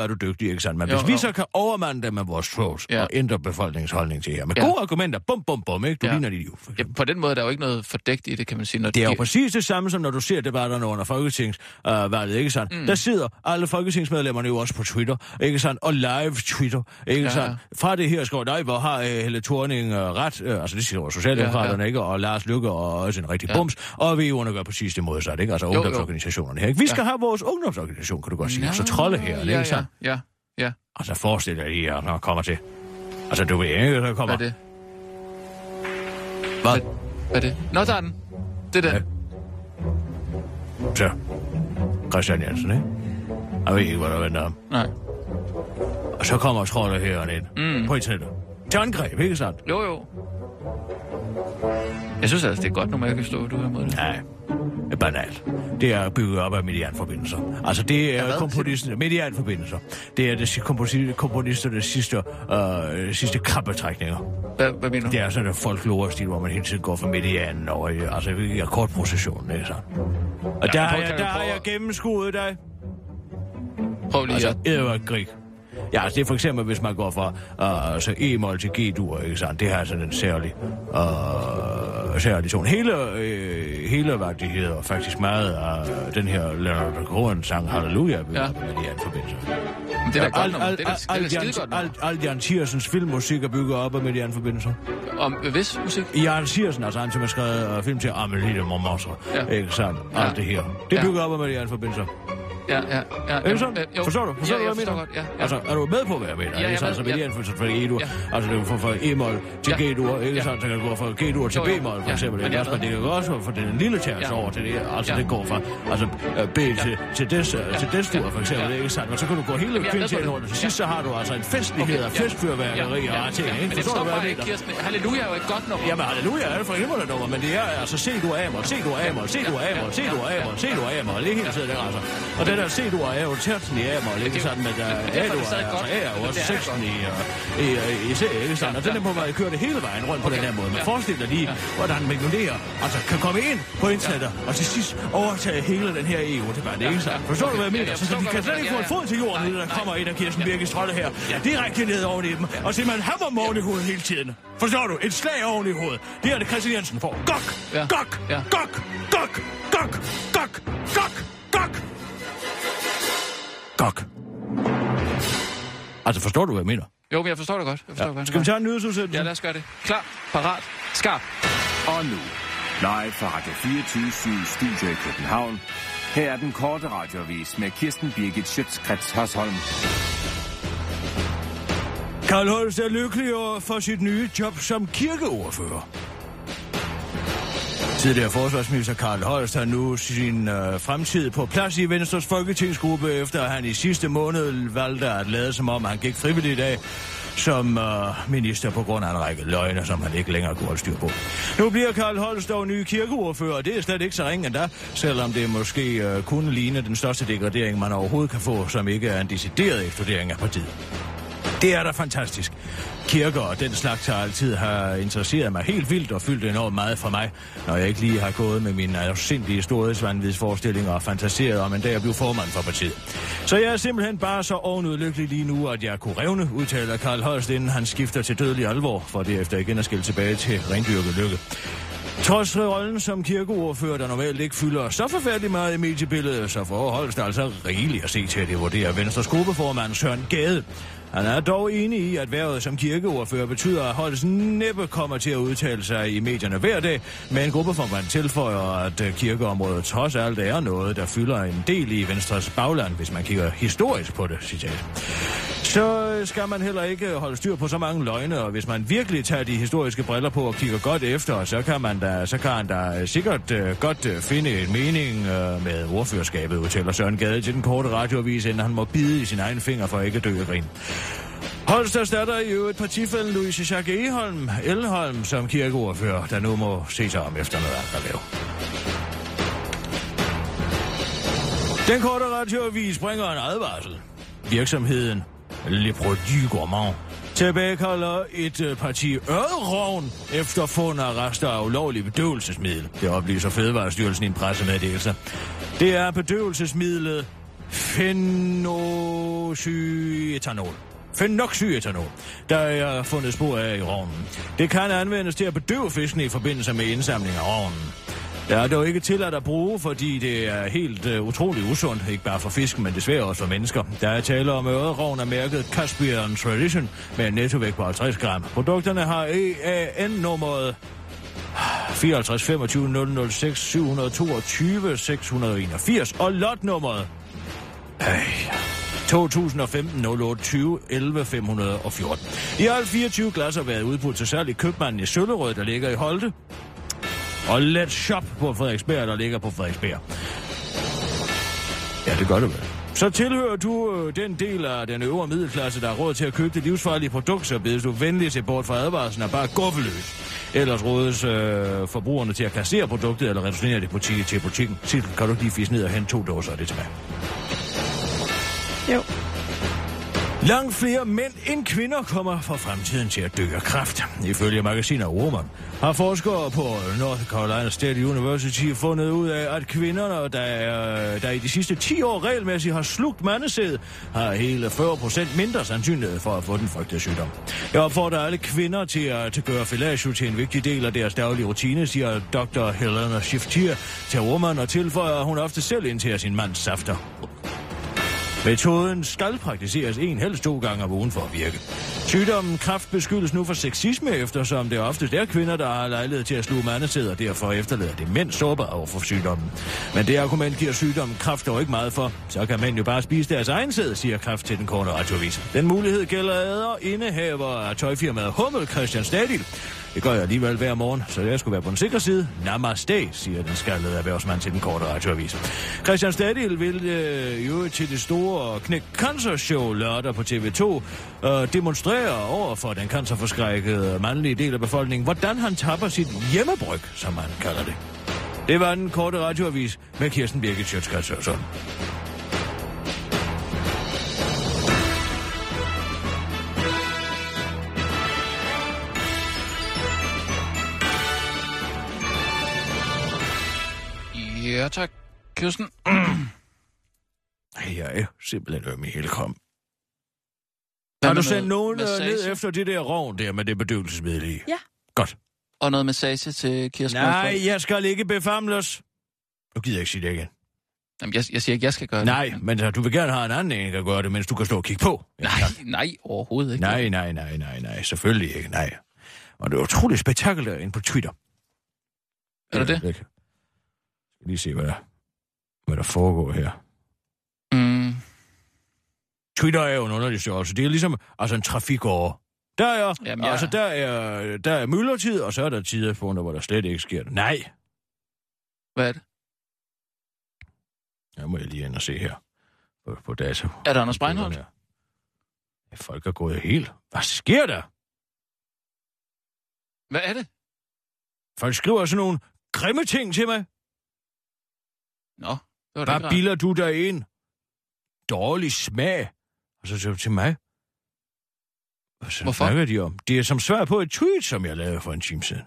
du dygtig, ikke sandt? Men jo, hvis vi jo. så kan overmande dem med vores trolls ja. og ændre befolkningens holdning til her, med ja. gode argumenter, bum, bum, bum, ikke? Du ja. ligner en idiot. Ja, på den måde er der jo ikke noget fordækt i det, kan man sige. Når det er de... jo præcis det samme, som når du ser debatterne under folketingsvalget, øh, ikke sandt? Mm. Der sidder alle folketingsmedlemmerne jo også på Twitter, ikke sandt? Og live Twitter, ikke ja. sandt? Fra det her skår, nej, hvor har uh, Helle Thorning uh, ret, uh, altså det siger jo Socialdemokraterne, ja, ja. ikke? Og Lars Løkke og også en rigtig ja. bums, og V U'erne gør præcis det modsatte, ikke? Altså jo, ungdomsorganisationerne her, ikke? Vi skal ja. have vores ungdomsorganisation, kan du godt sige. Ja. Altså trolde her, ja, ikke sandt? Ja, ja, ja. Altså forestil dig lige, at der kommer til. Altså du ved ikke, der kommer. Hvad er det? Hvad? Hvad er det? Nå, der er den. Det er den. Ja. Så. Christian Jensen, ikke? Jeg ved ikke, hvad der venter om. Nej. Og så kommer trolde her ind. Mm. På internettet. Til angreb, ikke sandt? Jo, jo. Jeg synes altså, det er godt, når man kan stå, du er imod det. Nej, det er banalt. Det er bygget op af medianforbindelser. Altså, det er ja, komponisten... Medianforbindelser. Det er det komponisternes sidste, øh, sidste krabbetrækninger. Hvad, hvad mener du? Det er sådan en folklore-stil, hvor man hele tiden går fra medianen over i, altså, i akkordprocessionen, ikke sandt? Og ja, der, har jeg, der har jeg gennemskuet dig. Prøv lige altså, Edvard Grieg. Ja, altså det er for eksempel, hvis man går fra uh, altså E-mol til G-dur, ikke sandt? Det har sådan en særlig, uh, særlig tone. Hele, øh, hele, hvad det hedder, faktisk meget af uh, den her Leonard Cohen-sang Halleluja, ja. med de her forbindelser. Men det er da godt, når det er da skide godt. Alt Jan Tiersens filmmusik er bygget op af medianforbindelser. Om hvis musik? Jan Tiersen, altså han som har skrevet uh, film til Amelie de Montmartre, ja. ikke sandt? Alt ja. det her. Det er bygget ja. op af medianforbindelser. Ja, ja, ja. Er det sådan? Jo. Forstår du? Forstår ja, du, jeg hvad jeg mener? godt, ja, ja. Altså, er du med på, hvad jeg mener? Ja, jeg er altså, ved, med ja. for E-dur. Ja. Altså, det er fra E-mol til ja. G-dur, ikke ja. sådan? Så kan det gå fra G-dur til B-mol, for eksempel. Ja. Men det kan også fra den lille tærs ja. over til det. Altså, ja. det går fra altså, B ja. til, til des, ja. til destur, for eksempel, ikke sandt? Og så kan du gå hele kvindt over. Til sidst, så har du altså en festlighed af festfyrværkeri og ting, ikke? Forstår du, hvad jeg mener? Kirsten, halleluja er jo et godt nummer. Jamen, halleluja er det for himmelende nummer, men det er altså C-dur A-mol, C-dur A-mol, C-dur A-mol, C-dur A-mol, C-dur A-mol, det er hele tiden der, altså. Og den der C-dur er jo tertsen i A-mol, ikke sådan, men der A-dur er jo også seksten i C, ikke sådan? Og den er på vej at køre det hele vejen rundt på den her måde. Men forestil dig lige, hvordan Magnolia altså kan komme ind på internettet og til sidst overtage hele den her E U-debat, ikke sandt? Forstår du, hvad jeg mener? Så de kan slet ikke få en fod til jorden, når der kommer en af Kirsten Birgits trolde her, direkte ned oven i dem, og simpelthen hammer dem oven i hovedet hele tiden. Forstår du? Et slag oven i hovedet. Det er det Christian Jensen får. Gok! Gok! Gok! Gok! Gok! Gok! Gok! Gok! Gok! Altså, forstår du, hvad jeg mener? Jo, men jeg forstår det godt. Jeg forstår ja. godt. Skal vi tage en nyhedsudsendelse? Ja, lad os gøre det. Klar, parat, skarp. Og nu, live fra Radio fireogtyve syv Studio i København. Her er den korte radioavis med Kirsten Birgit Schøtz-Krets Hørsholm. Karl Holst er lykkelig for sit nye job som kirkeordfører. Tidligere forsvarsminister Karl Holst har nu sin øh, fremtid på plads i Venstres folketingsgruppe, efter at han i sidste måned valgte at lade som om, han gik frivilligt af som øh, minister på grund af en række løgne, som han ikke længere kunne holde styr på. Nu bliver Karl Holst dog ny kirkeordfører, og det er slet ikke så ringe endda, selvom det måske øh, kunne ligne den største degradering, man overhovedet kan få, som ikke er en decideret ekskludering af partiet. Det er da fantastisk. Kirker og den slags har altid har interesseret mig helt vildt og fyldt enormt meget for mig, når jeg ikke lige har gået med mine afsindige storhedsvanvidsforestillinger og fantaseret om en dag at blive formand for partiet. Så jeg er simpelthen bare så ovenudlykkelig lige nu, at jeg kunne revne, udtaler Karl Holst, inden han skifter til dødelig alvor, for derefter igen at skille tilbage til rendyrket lykke. Trods rollen som kirkeordfører, der normalt ikke fylder så forfærdeligt meget i mediebilledet, så får Holst altså rigeligt at se til at det vurderer Venstres gruppeformand Søren Gade. Han er dog enig i, at hvervet som kirkeordfører betyder, at Holst næppe kommer til at udtale sig i medierne hver dag, men gruppeformand tilføjer, at kirkeområdet trods alt er noget, der fylder en del i Venstres bagland, hvis man kigger historisk på det, citat. Så skal man heller ikke holde styr på så mange løgne, og hvis man virkelig tager de historiske briller på og kigger godt efter, så kan man da, så kan han da sikkert uh, godt uh, finde en mening uh, med ordførerskabet, udtaler Søren Gade til den korte radioavis, inden han må bide i sin egen finger for ikke at dø af grin. Holst erstatter i øvrigt partifælden Louise Schack Elholm, Elholm som kirkeordfører, der nu må se sig om efter noget andet at lave. Den korte radioavis bringer en advarsel. Virksomheden Le Produit Gourmand tilbagekalder et parti ørderovn efter fund af rester af ulovlig bedøvelsesmiddel. Det oplyser Fødevarestyrelsen i en pressemeddelelse. Det er bedøvelsesmidlet phenoxyetanol. Phenoxyetanol, der er fundet spor af i rognen. Det kan anvendes til at bedøve fiskene i forbindelse med indsamling af rognen. Der er dog ikke tilladt at bruge, fordi det er helt uh, utroligt usundt, ikke bare for fisk, men desværre også for mennesker. Der er tale om øret af mærket Caspian Tradition med en nettovægt på halvtreds gram. Produkterne har E A N-nummeret fireoghalvtreds femogtyve nul nul seks syv toogtyve seks enogfirs og lotnummeret to tusind og femten nul otte tyve elleve fem hundrede og fjorten. I alt fireogtyve glas har været udbudt til salg i købmanden i Søllerød, der ligger i Holte. Og Let's Shop på Frederiksberg, der ligger på Frederiksberg. Ja, det gør det vel. Så tilhører du øh, den del af den øvre middelklasse, der har råd til at købe det livsfarlige produkt, så bedes du venligst se bort fra advarslen og bare guffeløs. Ellers rådes øh, forbrugerne til at kassere produktet eller returnere det butik til butikken. Sidst kan du lige fise ned og hente to dåser af det tilbage. Jo. Langt flere mænd end kvinder kommer for fremtiden til at dø af kræft. Ifølge magasinet Woman har forskere på North Carolina State University fundet ud af, at kvinderne, der, er, der i de sidste ti år regelmæssigt har slugt mandesæd, har hele fyrre procent mindre sandsynlighed for at få den frygtede sygdom. Jeg opfordrer alle kvinder til at gøre fellatio til en vigtig del af deres daglige rutine, siger doktor Helena Shiftier til Woman og tilføjer, at hun ofte selv indtager sin mands safter. Metoden skal praktiseres en helst to gange om ugen for at virke. Sygdommen kræft beskyldes nu for sexisme, eftersom det oftest er kvinder, der har lejlighed til at sluge mandesæd, og derfor efterlader det mænd sårbare over for sygdommen. Men det argument giver sygdommen kræft dog ikke meget for. Så kan mænd jo bare spise deres egen sæd, siger Kræft til den korte radioavis. Den mulighed gælder æder indehaver af tøjfirmaet Hummel Christian Stadil. Det gør jeg alligevel hver morgen, så jeg skulle være på den sikre side. Namaste, siger den skaldede erhvervsmand til den korte radioavis. Christian Stadil vil øh, jo til det store Knæk Cancer Show lørdag på T V to øh, demonstrere over for den cancerforskrækkede mandlige del af befolkningen, hvordan han tapper sit hjemmebryg, som han kalder det. Det var den korte radioavis med Kirsten Birgit Schøtzgrads Hørsholm. Ja, tak, Kirsten. Jeg er simpelthen øm i hele kroppen. Har du sendt nogen massage ned efter det der rovn der med det bedøvelsesmiddel i? Ja. Godt. Og noget massage til Kirsten? Nej, jeg skal ikke befamles. Nu gider jeg ikke sige det igen. Jamen, jeg, jeg siger ikke, jeg skal gøre det. Nej, men du vil gerne have en anden en, der gør det, mens du kan stå og kigge på. Nej, nej, overhovedet ikke. Nej, nej, nej, nej, nej, selvfølgelig ikke, nej. Og det er utroligt spektakel der inde på Twitter. Er det det? Jeg skal lige se, hvad der, hvad der foregår her. Mm. Twitter er jo en underlig størrelse. Det er ligesom altså en trafikåre. Der er, Jamen, ja. altså, der er, der er myldretid, og så er der tider på, hvor der slet ikke sker det. Nej. Hvad er det? Jeg må jeg lige ind og se her på, på data. Er der Anders Breinholt? Ja, folk er gået helt. Hvad sker der? Hvad er det? Folk skriver sådan nogle grimme ting til mig. Nå, det var Hvad det bilder du dig ind? Dårlig smag. Og så siger du til mig. Hvad så Hvorfor? snakker de om? Det er som svar på et tweet, som jeg lavede for en time siden.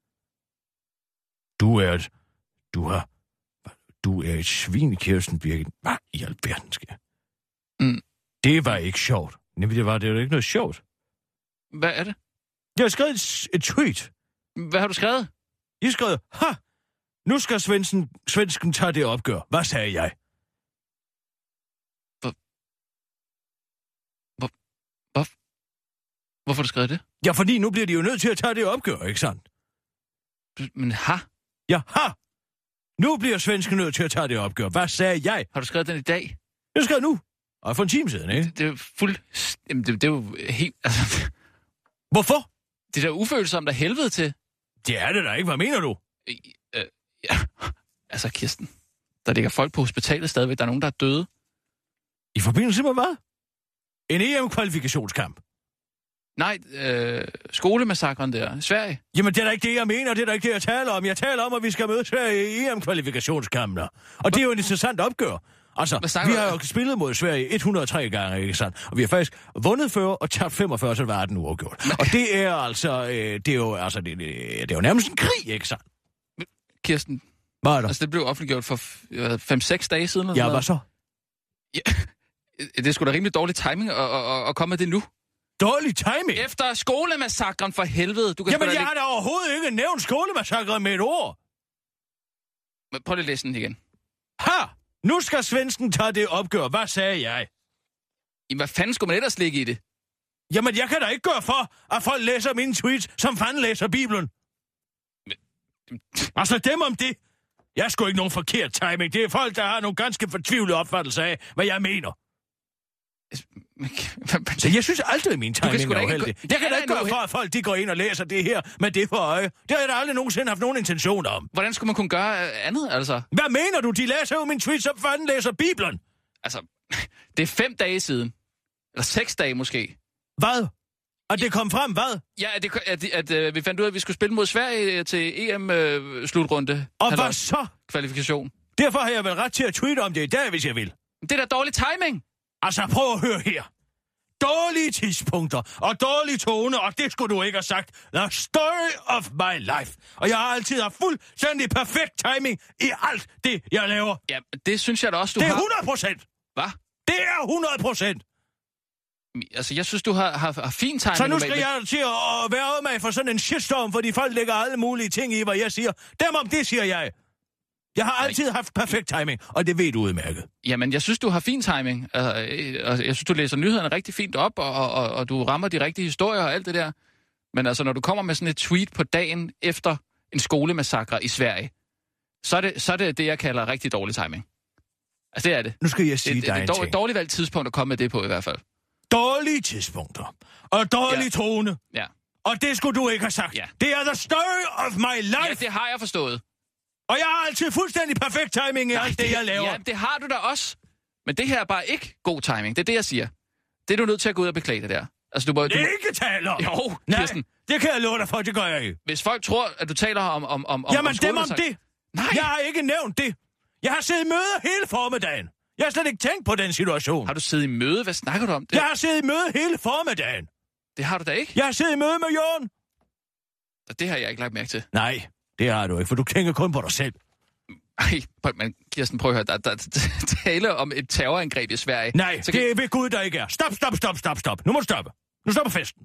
Du er et... Du har... Du er et svin, Kirsten Birgit. Hvad i alverden sker? Mm. Det var ikke sjovt. Nemlig, det var det var ikke noget sjovt. Hvad er det? Jeg har skrevet et, et tweet. Hvad har du skrevet? Jeg har skrevet, ha! Nu skal svensken, svensken tage det opgør. Hvad sagde jeg? Hvor... Hvor... Hvor... Hvorfor har du skrevet det? Ja, fordi nu bliver de jo nødt til at tage det opgør, ikke sandt? Men ha? Ja, ha! Nu bliver svensken nødt til at tage det opgør. Hvad sagde jeg? Har du skrevet den i dag? Jeg skrev nu. Og for en time siden, ikke? Det, det er jo fuld... Jamen, det, det er jo helt... Altså... Hvorfor? Det er da ufølsomt af helvede til. Det er det da ikke. Hvad mener du? Øh, øh, ja. Altså, Kirsten, der ligger folk på hospitalet stadigvæk. Der er nogen, der er døde. I forbindelse med hvad? En E M-kvalifikationskamp. Nej, øh, skolemassakren der. Sverige. Jamen, det er da ikke det, jeg mener. Det er da ikke det, jeg taler om. Jeg taler om, at vi skal møde Sverige i E M-kvalifikationskampen. Og Hva? Det er jo en interessant opgør. Altså, vi har jo spillet mod Sverige et hundrede og tre gange, ikke sandt? Og vi har faktisk vundet fyrre og tabt femogfyrre, så var den uafgjort. Men... Og det er altså, øh, det er jo, altså, det, det, det er jo nærmest en krig, ikke sandt? Kirsten. Hvad er der? Altså, det blev offentliggjort for fem seks dage siden. Eller ja, noget. hvad så? Ja, det er sgu da rimelig dårlig timing at, at, at komme med det nu. Dårlig timing? Efter skolemassakren for helvede. Du kan Jamen, jeg lægge... har da overhovedet ikke nævnt skolemassakren med et ord. Men prøv lige at læse den igen. Ha! Nu skal svensken tage det opgør. Hvad sagde jeg? Jamen, hvad fanden skulle man ellers ligge i det? Jamen, jeg kan da ikke gøre for, at folk læser mine tweets, som fanden læser Bibelen. Men... Altså, dem om det. Jeg er sgu ikke nogen forkert timing. Det er folk, der har nogle ganske fortvivlede opfattelser af, hvad jeg mener. Så jeg synes aldrig, at min timing er uheldig. Ikke... Jeg kan da ikke gøre for, at folk de går ind og læser det her med det for øje. Det har jeg da aldrig nogensinde haft nogen intention om. Hvordan skulle man kunne gøre andet, altså? Hvad mener du? De læser jo min tweet, som fanden læser Bibelen. Altså, det er fem dage siden. Eller seks dage måske. Hvad? Og det kom frem, hvad? Ja, at, det, at, at, at vi fandt ud af, at vi skulle spille mod Sverige til E M-slutrunde. Øh, og hvad så? Kvalifikation. Derfor har jeg vel ret til at tweete om det i dag, hvis jeg vil. Det er da dårlig timing. Altså, prøv at høre her. Dårlige tidspunkter og dårlig tone, og det skulle du ikke have sagt. The story of my life. Og jeg har altid haft fuldstændig perfekt timing i alt det, jeg laver. Ja, det synes jeg da også, du har. Det er hundrede procent. Hvad? Det er hundrede procent. Altså, jeg synes, du har, har, har fin timing. Så nu skal jeg til at være af mig for sådan en shitstorm, fordi folk lægger alle mulige ting i, hvad jeg siger. Dem om det, siger jeg. Jeg har altid haft perfekt timing, og det ved du udmærket. Jamen, jeg synes, du har fin timing. Altså, jeg synes, du læser nyhederne rigtig fint op, og, og, og du rammer de rigtige historier og alt det der. Men altså, når du kommer med sådan et tweet på dagen efter en skolemassakre i Sverige, så er det så er det, det, jeg kalder rigtig dårlig timing. Altså, det er det. Nu skal jeg sige det, dig det, en det, ting. Det er et dårligt valgt tidspunkt at komme med det på, i hvert fald. Dårlige tidspunkter. Og dårlig ja. tone. Ja. Og det skulle du ikke have sagt. Ja. Det er the story of my life. Ja, det har jeg forstået. Og jeg har altid fuldstændig perfekt timing i Nej, alt det, det, jeg laver. Ja, det har du da også. Men det her er bare ikke god timing. Det er det, jeg siger. Det er du nødt til at gå ud og beklage det der. Altså, du må, det er ikke tale om. Jo, Nej, Kirsten. Det kan jeg love dig for, det gør jeg ikke. Hvis folk tror, at du taler om om om Jamen, om dem om det. Nej. Jeg har ikke nævnt det. Jeg har siddet i møde hele formiddagen. Jeg har slet ikke tænkt på den situation. Har du siddet i møde? Hvad snakker du om? Det... Jeg har siddet i møde hele formiddagen. Det har du da ikke? Jeg har siddet i møde med Jørgen. Det har jeg ikke lagt mærke til. Nej, det har du ikke, for du tænker kun på dig selv. Ej, men Kirsten, prøv at høre, der, der, der taler om et terrorangreb i Sverige. Nej, så det kan... er ved Gud, der ikke er. Stop, stop, stop, stop, stop. Nu må du stoppe. Nu stopper festen.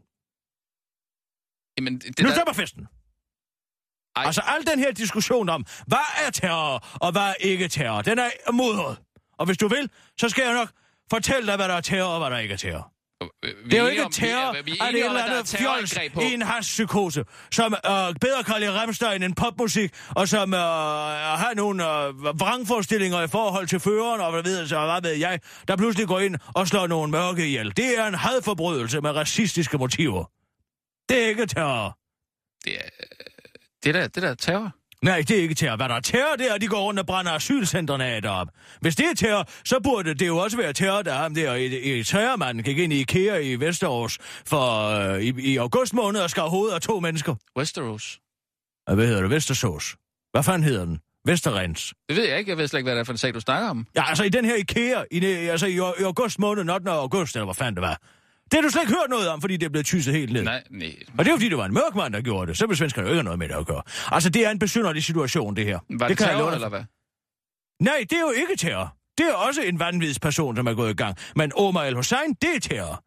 Jamen, det nu der... stopper festen. Ej. Altså, al den her diskussion om, hvad er terror, og hvad er ikke terror, den er modret. Og hvis du vil, så skal jeg nok fortælle dig, hvad der er terror, og hvad der ikke er terror. Det er jo ikke terror, at det er et eller andet fjols i en hashpsykose, som øh, bedre kan lide Rammstein end popmusik, og som øh, har nogle øh, vrangforestillinger i forhold til føreren, og hvad ved, så, hvad ved jeg, der pludselig går ind og slår nogle mørke ihjel. Det er en hadforbrydelse med racistiske motiver. Det er ikke terror. Det er, det er, det er terror. Nej, det er ikke terror. Hvad der er terror, det er, at de går rundt og brænder asylcentrene af deroppe. Hvis det er terror, så burde det jo også være terror, der ham der i, i terrormanden gik ind i IKEA i Vesterås for øh, i, i august måned og skar hovedet af to mennesker. Westerås? Hvad hedder det? Vestersås? Hvad fanden hedder den? Vesterrens? Det ved jeg ikke. Jeg ved slet ikke, hvad det er for en sag, du snakker om. Ja, altså i den her IKEA, i, altså i, i august måned, ottende august, eller hvad fanden det var. Det har du slet ikke hørt noget om, fordi det er blevet tysset helt ned. Nej, nej. Og det er jo fordi, det var en mørk mand, der gjorde det. Så vil svenskerne jo ikke have noget med det at gøre. Altså, det er en besynderlig situation, det her. Var det, det terror, eller hvad? Nej, det er jo ikke terror. Det er også en vanvidsperson, som er gået i gang. Men Omar El-Hussein, det er terror.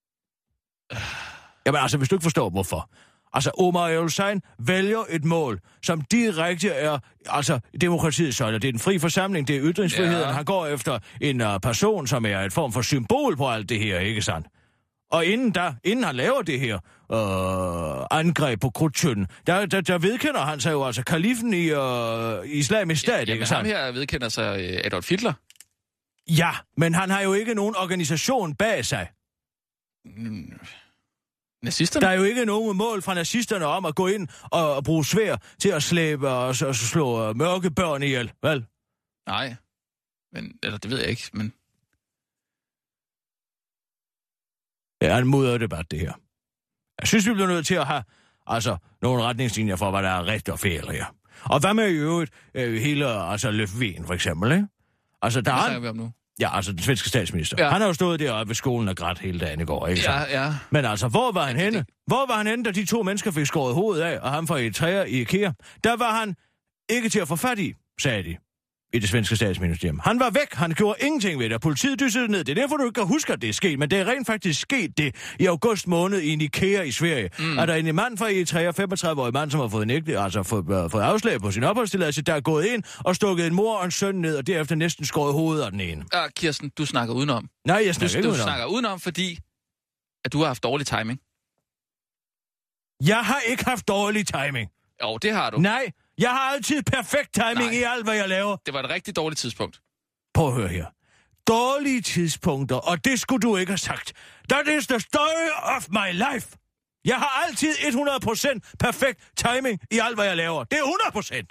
Jamen altså, hvis du ikke forstår, hvorfor. Altså, Omar El-Hussein vælger et mål, som direkte er, altså, demokratiets søjle. Det er den frie forsamling, det er ytringsfriheden. Ja. Han går efter en uh, person, som er et form for symbol på alt det her, ikke sandt? Og inden, da, inden han laver det her øh, angreb på Krudtønden, der, der, der vedkender han sig jo altså kalifen i øh, islamisk stat, ja, ikke sandt? Jamen ham her vedkender sig Adolf Hitler. Ja, men han har jo ikke nogen organisation bag sig. Mm. Nazisterne? Der er jo ikke nogen mål fra nazisterne om at gå ind og, og bruge svær til at slæbe og, og slå uh, mørke børn ihjel, vel? Nej, men, eller det ved jeg ikke, men... Det er en moderdebat, det her. Jeg synes, vi bliver nødt til at have altså, nogle retningslinjer for, hvad der er rigtigt og fejl her. Og hvad med i øvrigt øh, hele altså, Löfven, for eksempel, ikke? Altså, der hvad er... snakker vi om nu? Ja, altså den svenske statsminister. Ja. Han har jo stået deroppe ved skolen og grædt hele dagen i går, ikke så? Ja, ja. Men altså, hvor var han ja, henne? Det... Hvor var han henne, da de to mennesker fik skåret hovedet af, og ham fra Eritrea i IKEA? Der var han ikke til at få fat i, sagde de i det svenske statsministerium. Han var væk, han gjorde ingenting ved det, politiet dyssede ned. Det er derfor, du ikke kan huske, at det er sket, men det er rent faktisk sket det i august måned i en IKEA i Sverige. Mm. Er der en mand fra Eritrea, femogtredive-årig mand, som har fået nægtet, altså fået, uh, fået afslag på sin opholdstilladelse, der er gået ind og stukket en mor og en søn ned, og derefter næsten skåret hovedet af den ene. Ja, Kirsten, du snakker udenom. Nej, jeg snakker du, ikke du udenom. Du snakker udenom, fordi at du har haft dårlig timing. Jeg har ikke haft dårlig timing. Jo, det har du. Nej, jeg har altid perfekt timing Nej. i alt, hvad jeg laver. Det var et rigtig dårligt tidspunkt. Prøv at høre her. Dårlige tidspunkter, og det skulle du ikke have sagt. That is the story of my life. Jeg har altid hundrede procent perfekt timing i alt, hvad jeg laver. Det er hundrede procent.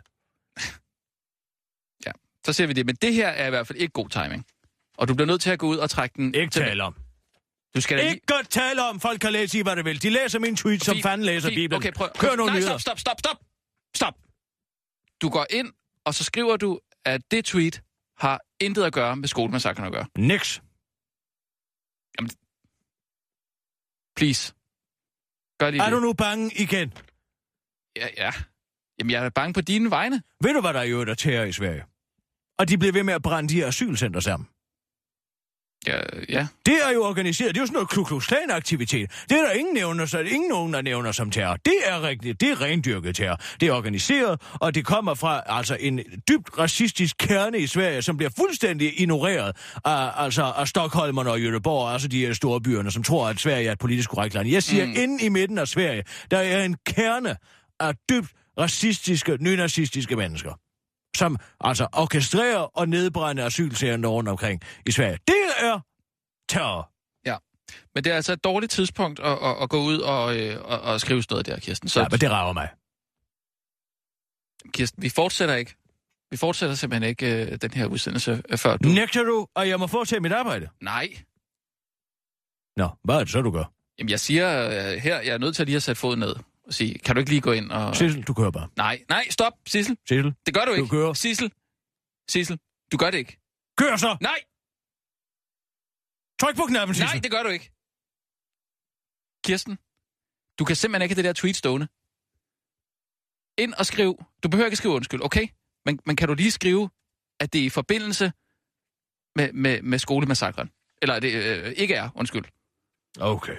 Ja, så ser vi det. Men det her er i hvert fald ikke god timing. Og du bliver nødt til at gå ud og trække den... Ikke tale om. Du skal ikke lige... godt tale om. Folk kan læse i, hvad det vil. De læser min tweet, som fanden læser Bibelen. Okay, prøv. Kør nogle Nej, nyheder. stop, stop, stop, stop. Stop. Du går ind, og så skriver du, at det tweet har intet at gøre med skolemassakren at gøre. Niks. Jamen... Please. Gør lige er det. du nu bange igen? Ja, ja. Jamen, jeg er bange på dine vegne. Ved du, hvad der er i øvrigt er terror i Sverige? Og de bliver ved med at brænde de her asylcenter sammen. Ja, ja. Det er jo organiseret. Det er jo sådan noget Ku Klux Klan-aktivitet. Det er der ingen nævner, så ingen nogen, der nævner som terror. Det er rigtigt. Det er rendyrket terror. Det er organiseret, og det kommer fra altså en dybt racistisk kerne i Sverige, som bliver fuldstændig ignoreret af, altså, af Stockholmerne og Göteborg, altså de her store byerne, som tror, at Sverige er et politisk korrekt land. Jeg siger, mm. inde i midten af Sverige, der er en kerne af dybt racistiske, nynazistiske mennesker, som altså orkestrerer og nedbrænder asylcenter rundt omkring i Sverige. Det er terror. Ja, men det er altså et dårligt tidspunkt at, at, at gå ud og, øh, og, og skrive sådan noget der, Kirsten. Så, ja, men det rager mig. Kirsten, vi fortsætter ikke. Vi fortsætter simpelthen ikke øh, den her udsendelse, øh, før du... Nægter du, at jeg må fortsætte mit arbejde? Nej. Nå, hvad er det så, du gør? Jamen, jeg siger øh, her, jeg er nødt til at lige at sætte foden ned og sige, kan du ikke lige gå ind og... Sissel, du kører bare. Nej, nej, stop, Sissel. Sissel. Det gør du ikke. Du kører. Sissel. Sissel, du gør det ikke. Kør så! Nej! Tryk på knappen, Sissel. Nej, det gør du ikke. Kirsten, du kan simpelthen ikke have det der tweet stående. Ind og skriv. Du behøver ikke skrive undskyld, okay? Men, men kan du lige skrive, at det er i forbindelse med, med, med skolemassakren? Eller at det øh, ikke er, undskyld. Okay.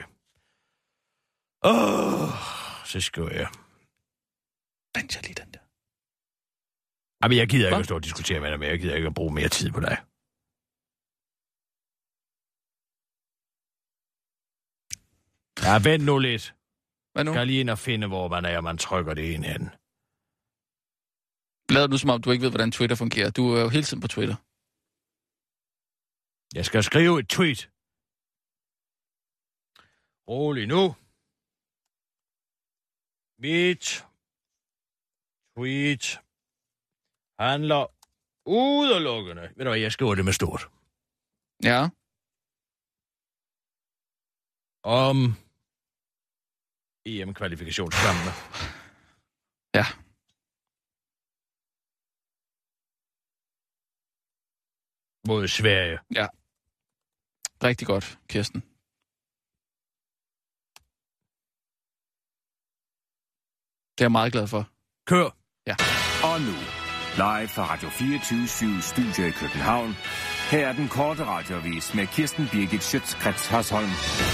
Åh, oh, så skriver jeg. Vent jeg lige den der. Jamen, jeg gider ikke at stå og diskutere med dig, men jeg gider ikke at bruge mere tid på dig. Ja, vent nu lidt. Hvad nu? Jeg kan lige ind og finde, hvor man er, og man trykker det ind hen. Lader du som om, du ikke ved, hvordan Twitter fungerer? Du er jo hele tiden på Twitter. Jeg skal skrive et tweet. Rolig nu. Mit tweet handler udelukkende. Ved du hvad, jeg skriver det med stort. Ja. Om E M-kvalifikationskampene. Ja. Mod Sverige. Ja. Rigtig godt, Kirsten. Det er jeg meget glad for. Kør. Ja. Og nu, live fra Radio fireogtyve syv Studio i København. Her er den korte radioavis med Kirsten Birgit Schøtz-Krets Hasholm.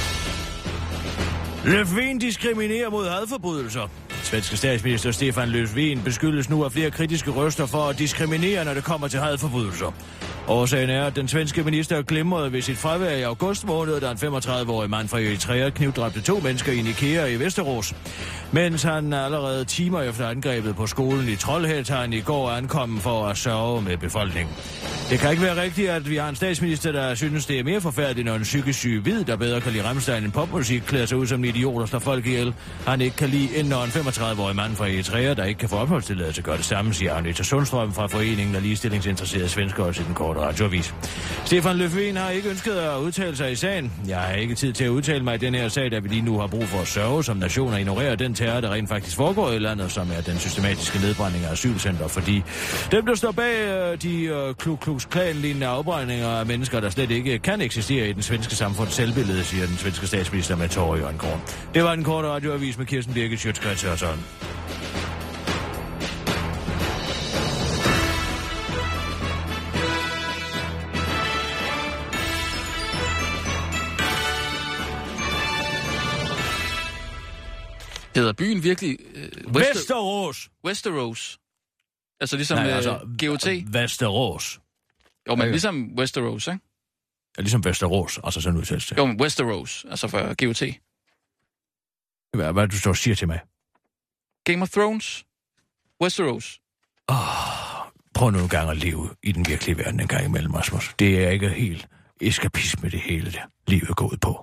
Löfven diskriminerer mod hadforbrydelser. Svenske statsminister Stefan Löfven beskyldes nu af flere kritiske røster for at diskriminere, når det kommer til hadforbrydelser. Årsagen er, at den svenske minister glimrede ved sit fravær i august måned, da en femogtredive-årig mand fra Eritrea knivdræbte to mennesker i en IKEA i Västerås. Mens han allerede timer efter angrebet på skolen i Trollhättan i går ankom for at sørge med befolkningen. Det kan ikke være rigtigt, at vi har en statsminister, der synes, det er mere forfærdeligt, når en psykisk syg hvid, der bedre kan lide Rammstein end popmusik, klæder sig ud som en idiot og slår folk ihjel. Han ikke kan lide, end når en femogtredive-årig mand fra Eritrea, der ikke kan få opholdstilladelse, gør det samme, siger Agneta Sundstrøm fra Foreningen af Ligestillingsinteresserede Svenskere til den korte radioavis. Stefan Löfven har ikke ønsket at udtale sig i sagen. Jeg har ikke tid til at udtale mig i den her sag, da vi lige nu har brug for at sørge som nation og ignorere den terror, der rent faktisk foregår i landet, som er den systematiske nedbrænding af asylcenter, fordi dem, der står bag de uh, Ku Klux Klan-lignende afbrændinger af mennesker, der slet ikke kan eksistere i den svenske samfunds selvbillede, siger den svenske statsminister med tårer i øjenkrogen. Det var den korte radioavis med Kirsten Birgit Schøtz-Krets Hasholm. Hedder byen virkelig... Øh, Wester... Vesterås! Westerås. Altså ligesom Nej, øh, altså, G O T. Vesterås. Jo, men okay. ligesom Westerås, ikke? Ja, ligesom Vesterås, altså sådan udtales det. Jo, men Westerås, altså for G O T. Hvad, hvad du står og siger til mig? Game of Thrones. Westerås. Åh, oh, prøv nu en gang at leve i den virkelige verden en gang imellem, Rasmus. Det er ikke helt eskapisme, det hele der. Livet går ud på.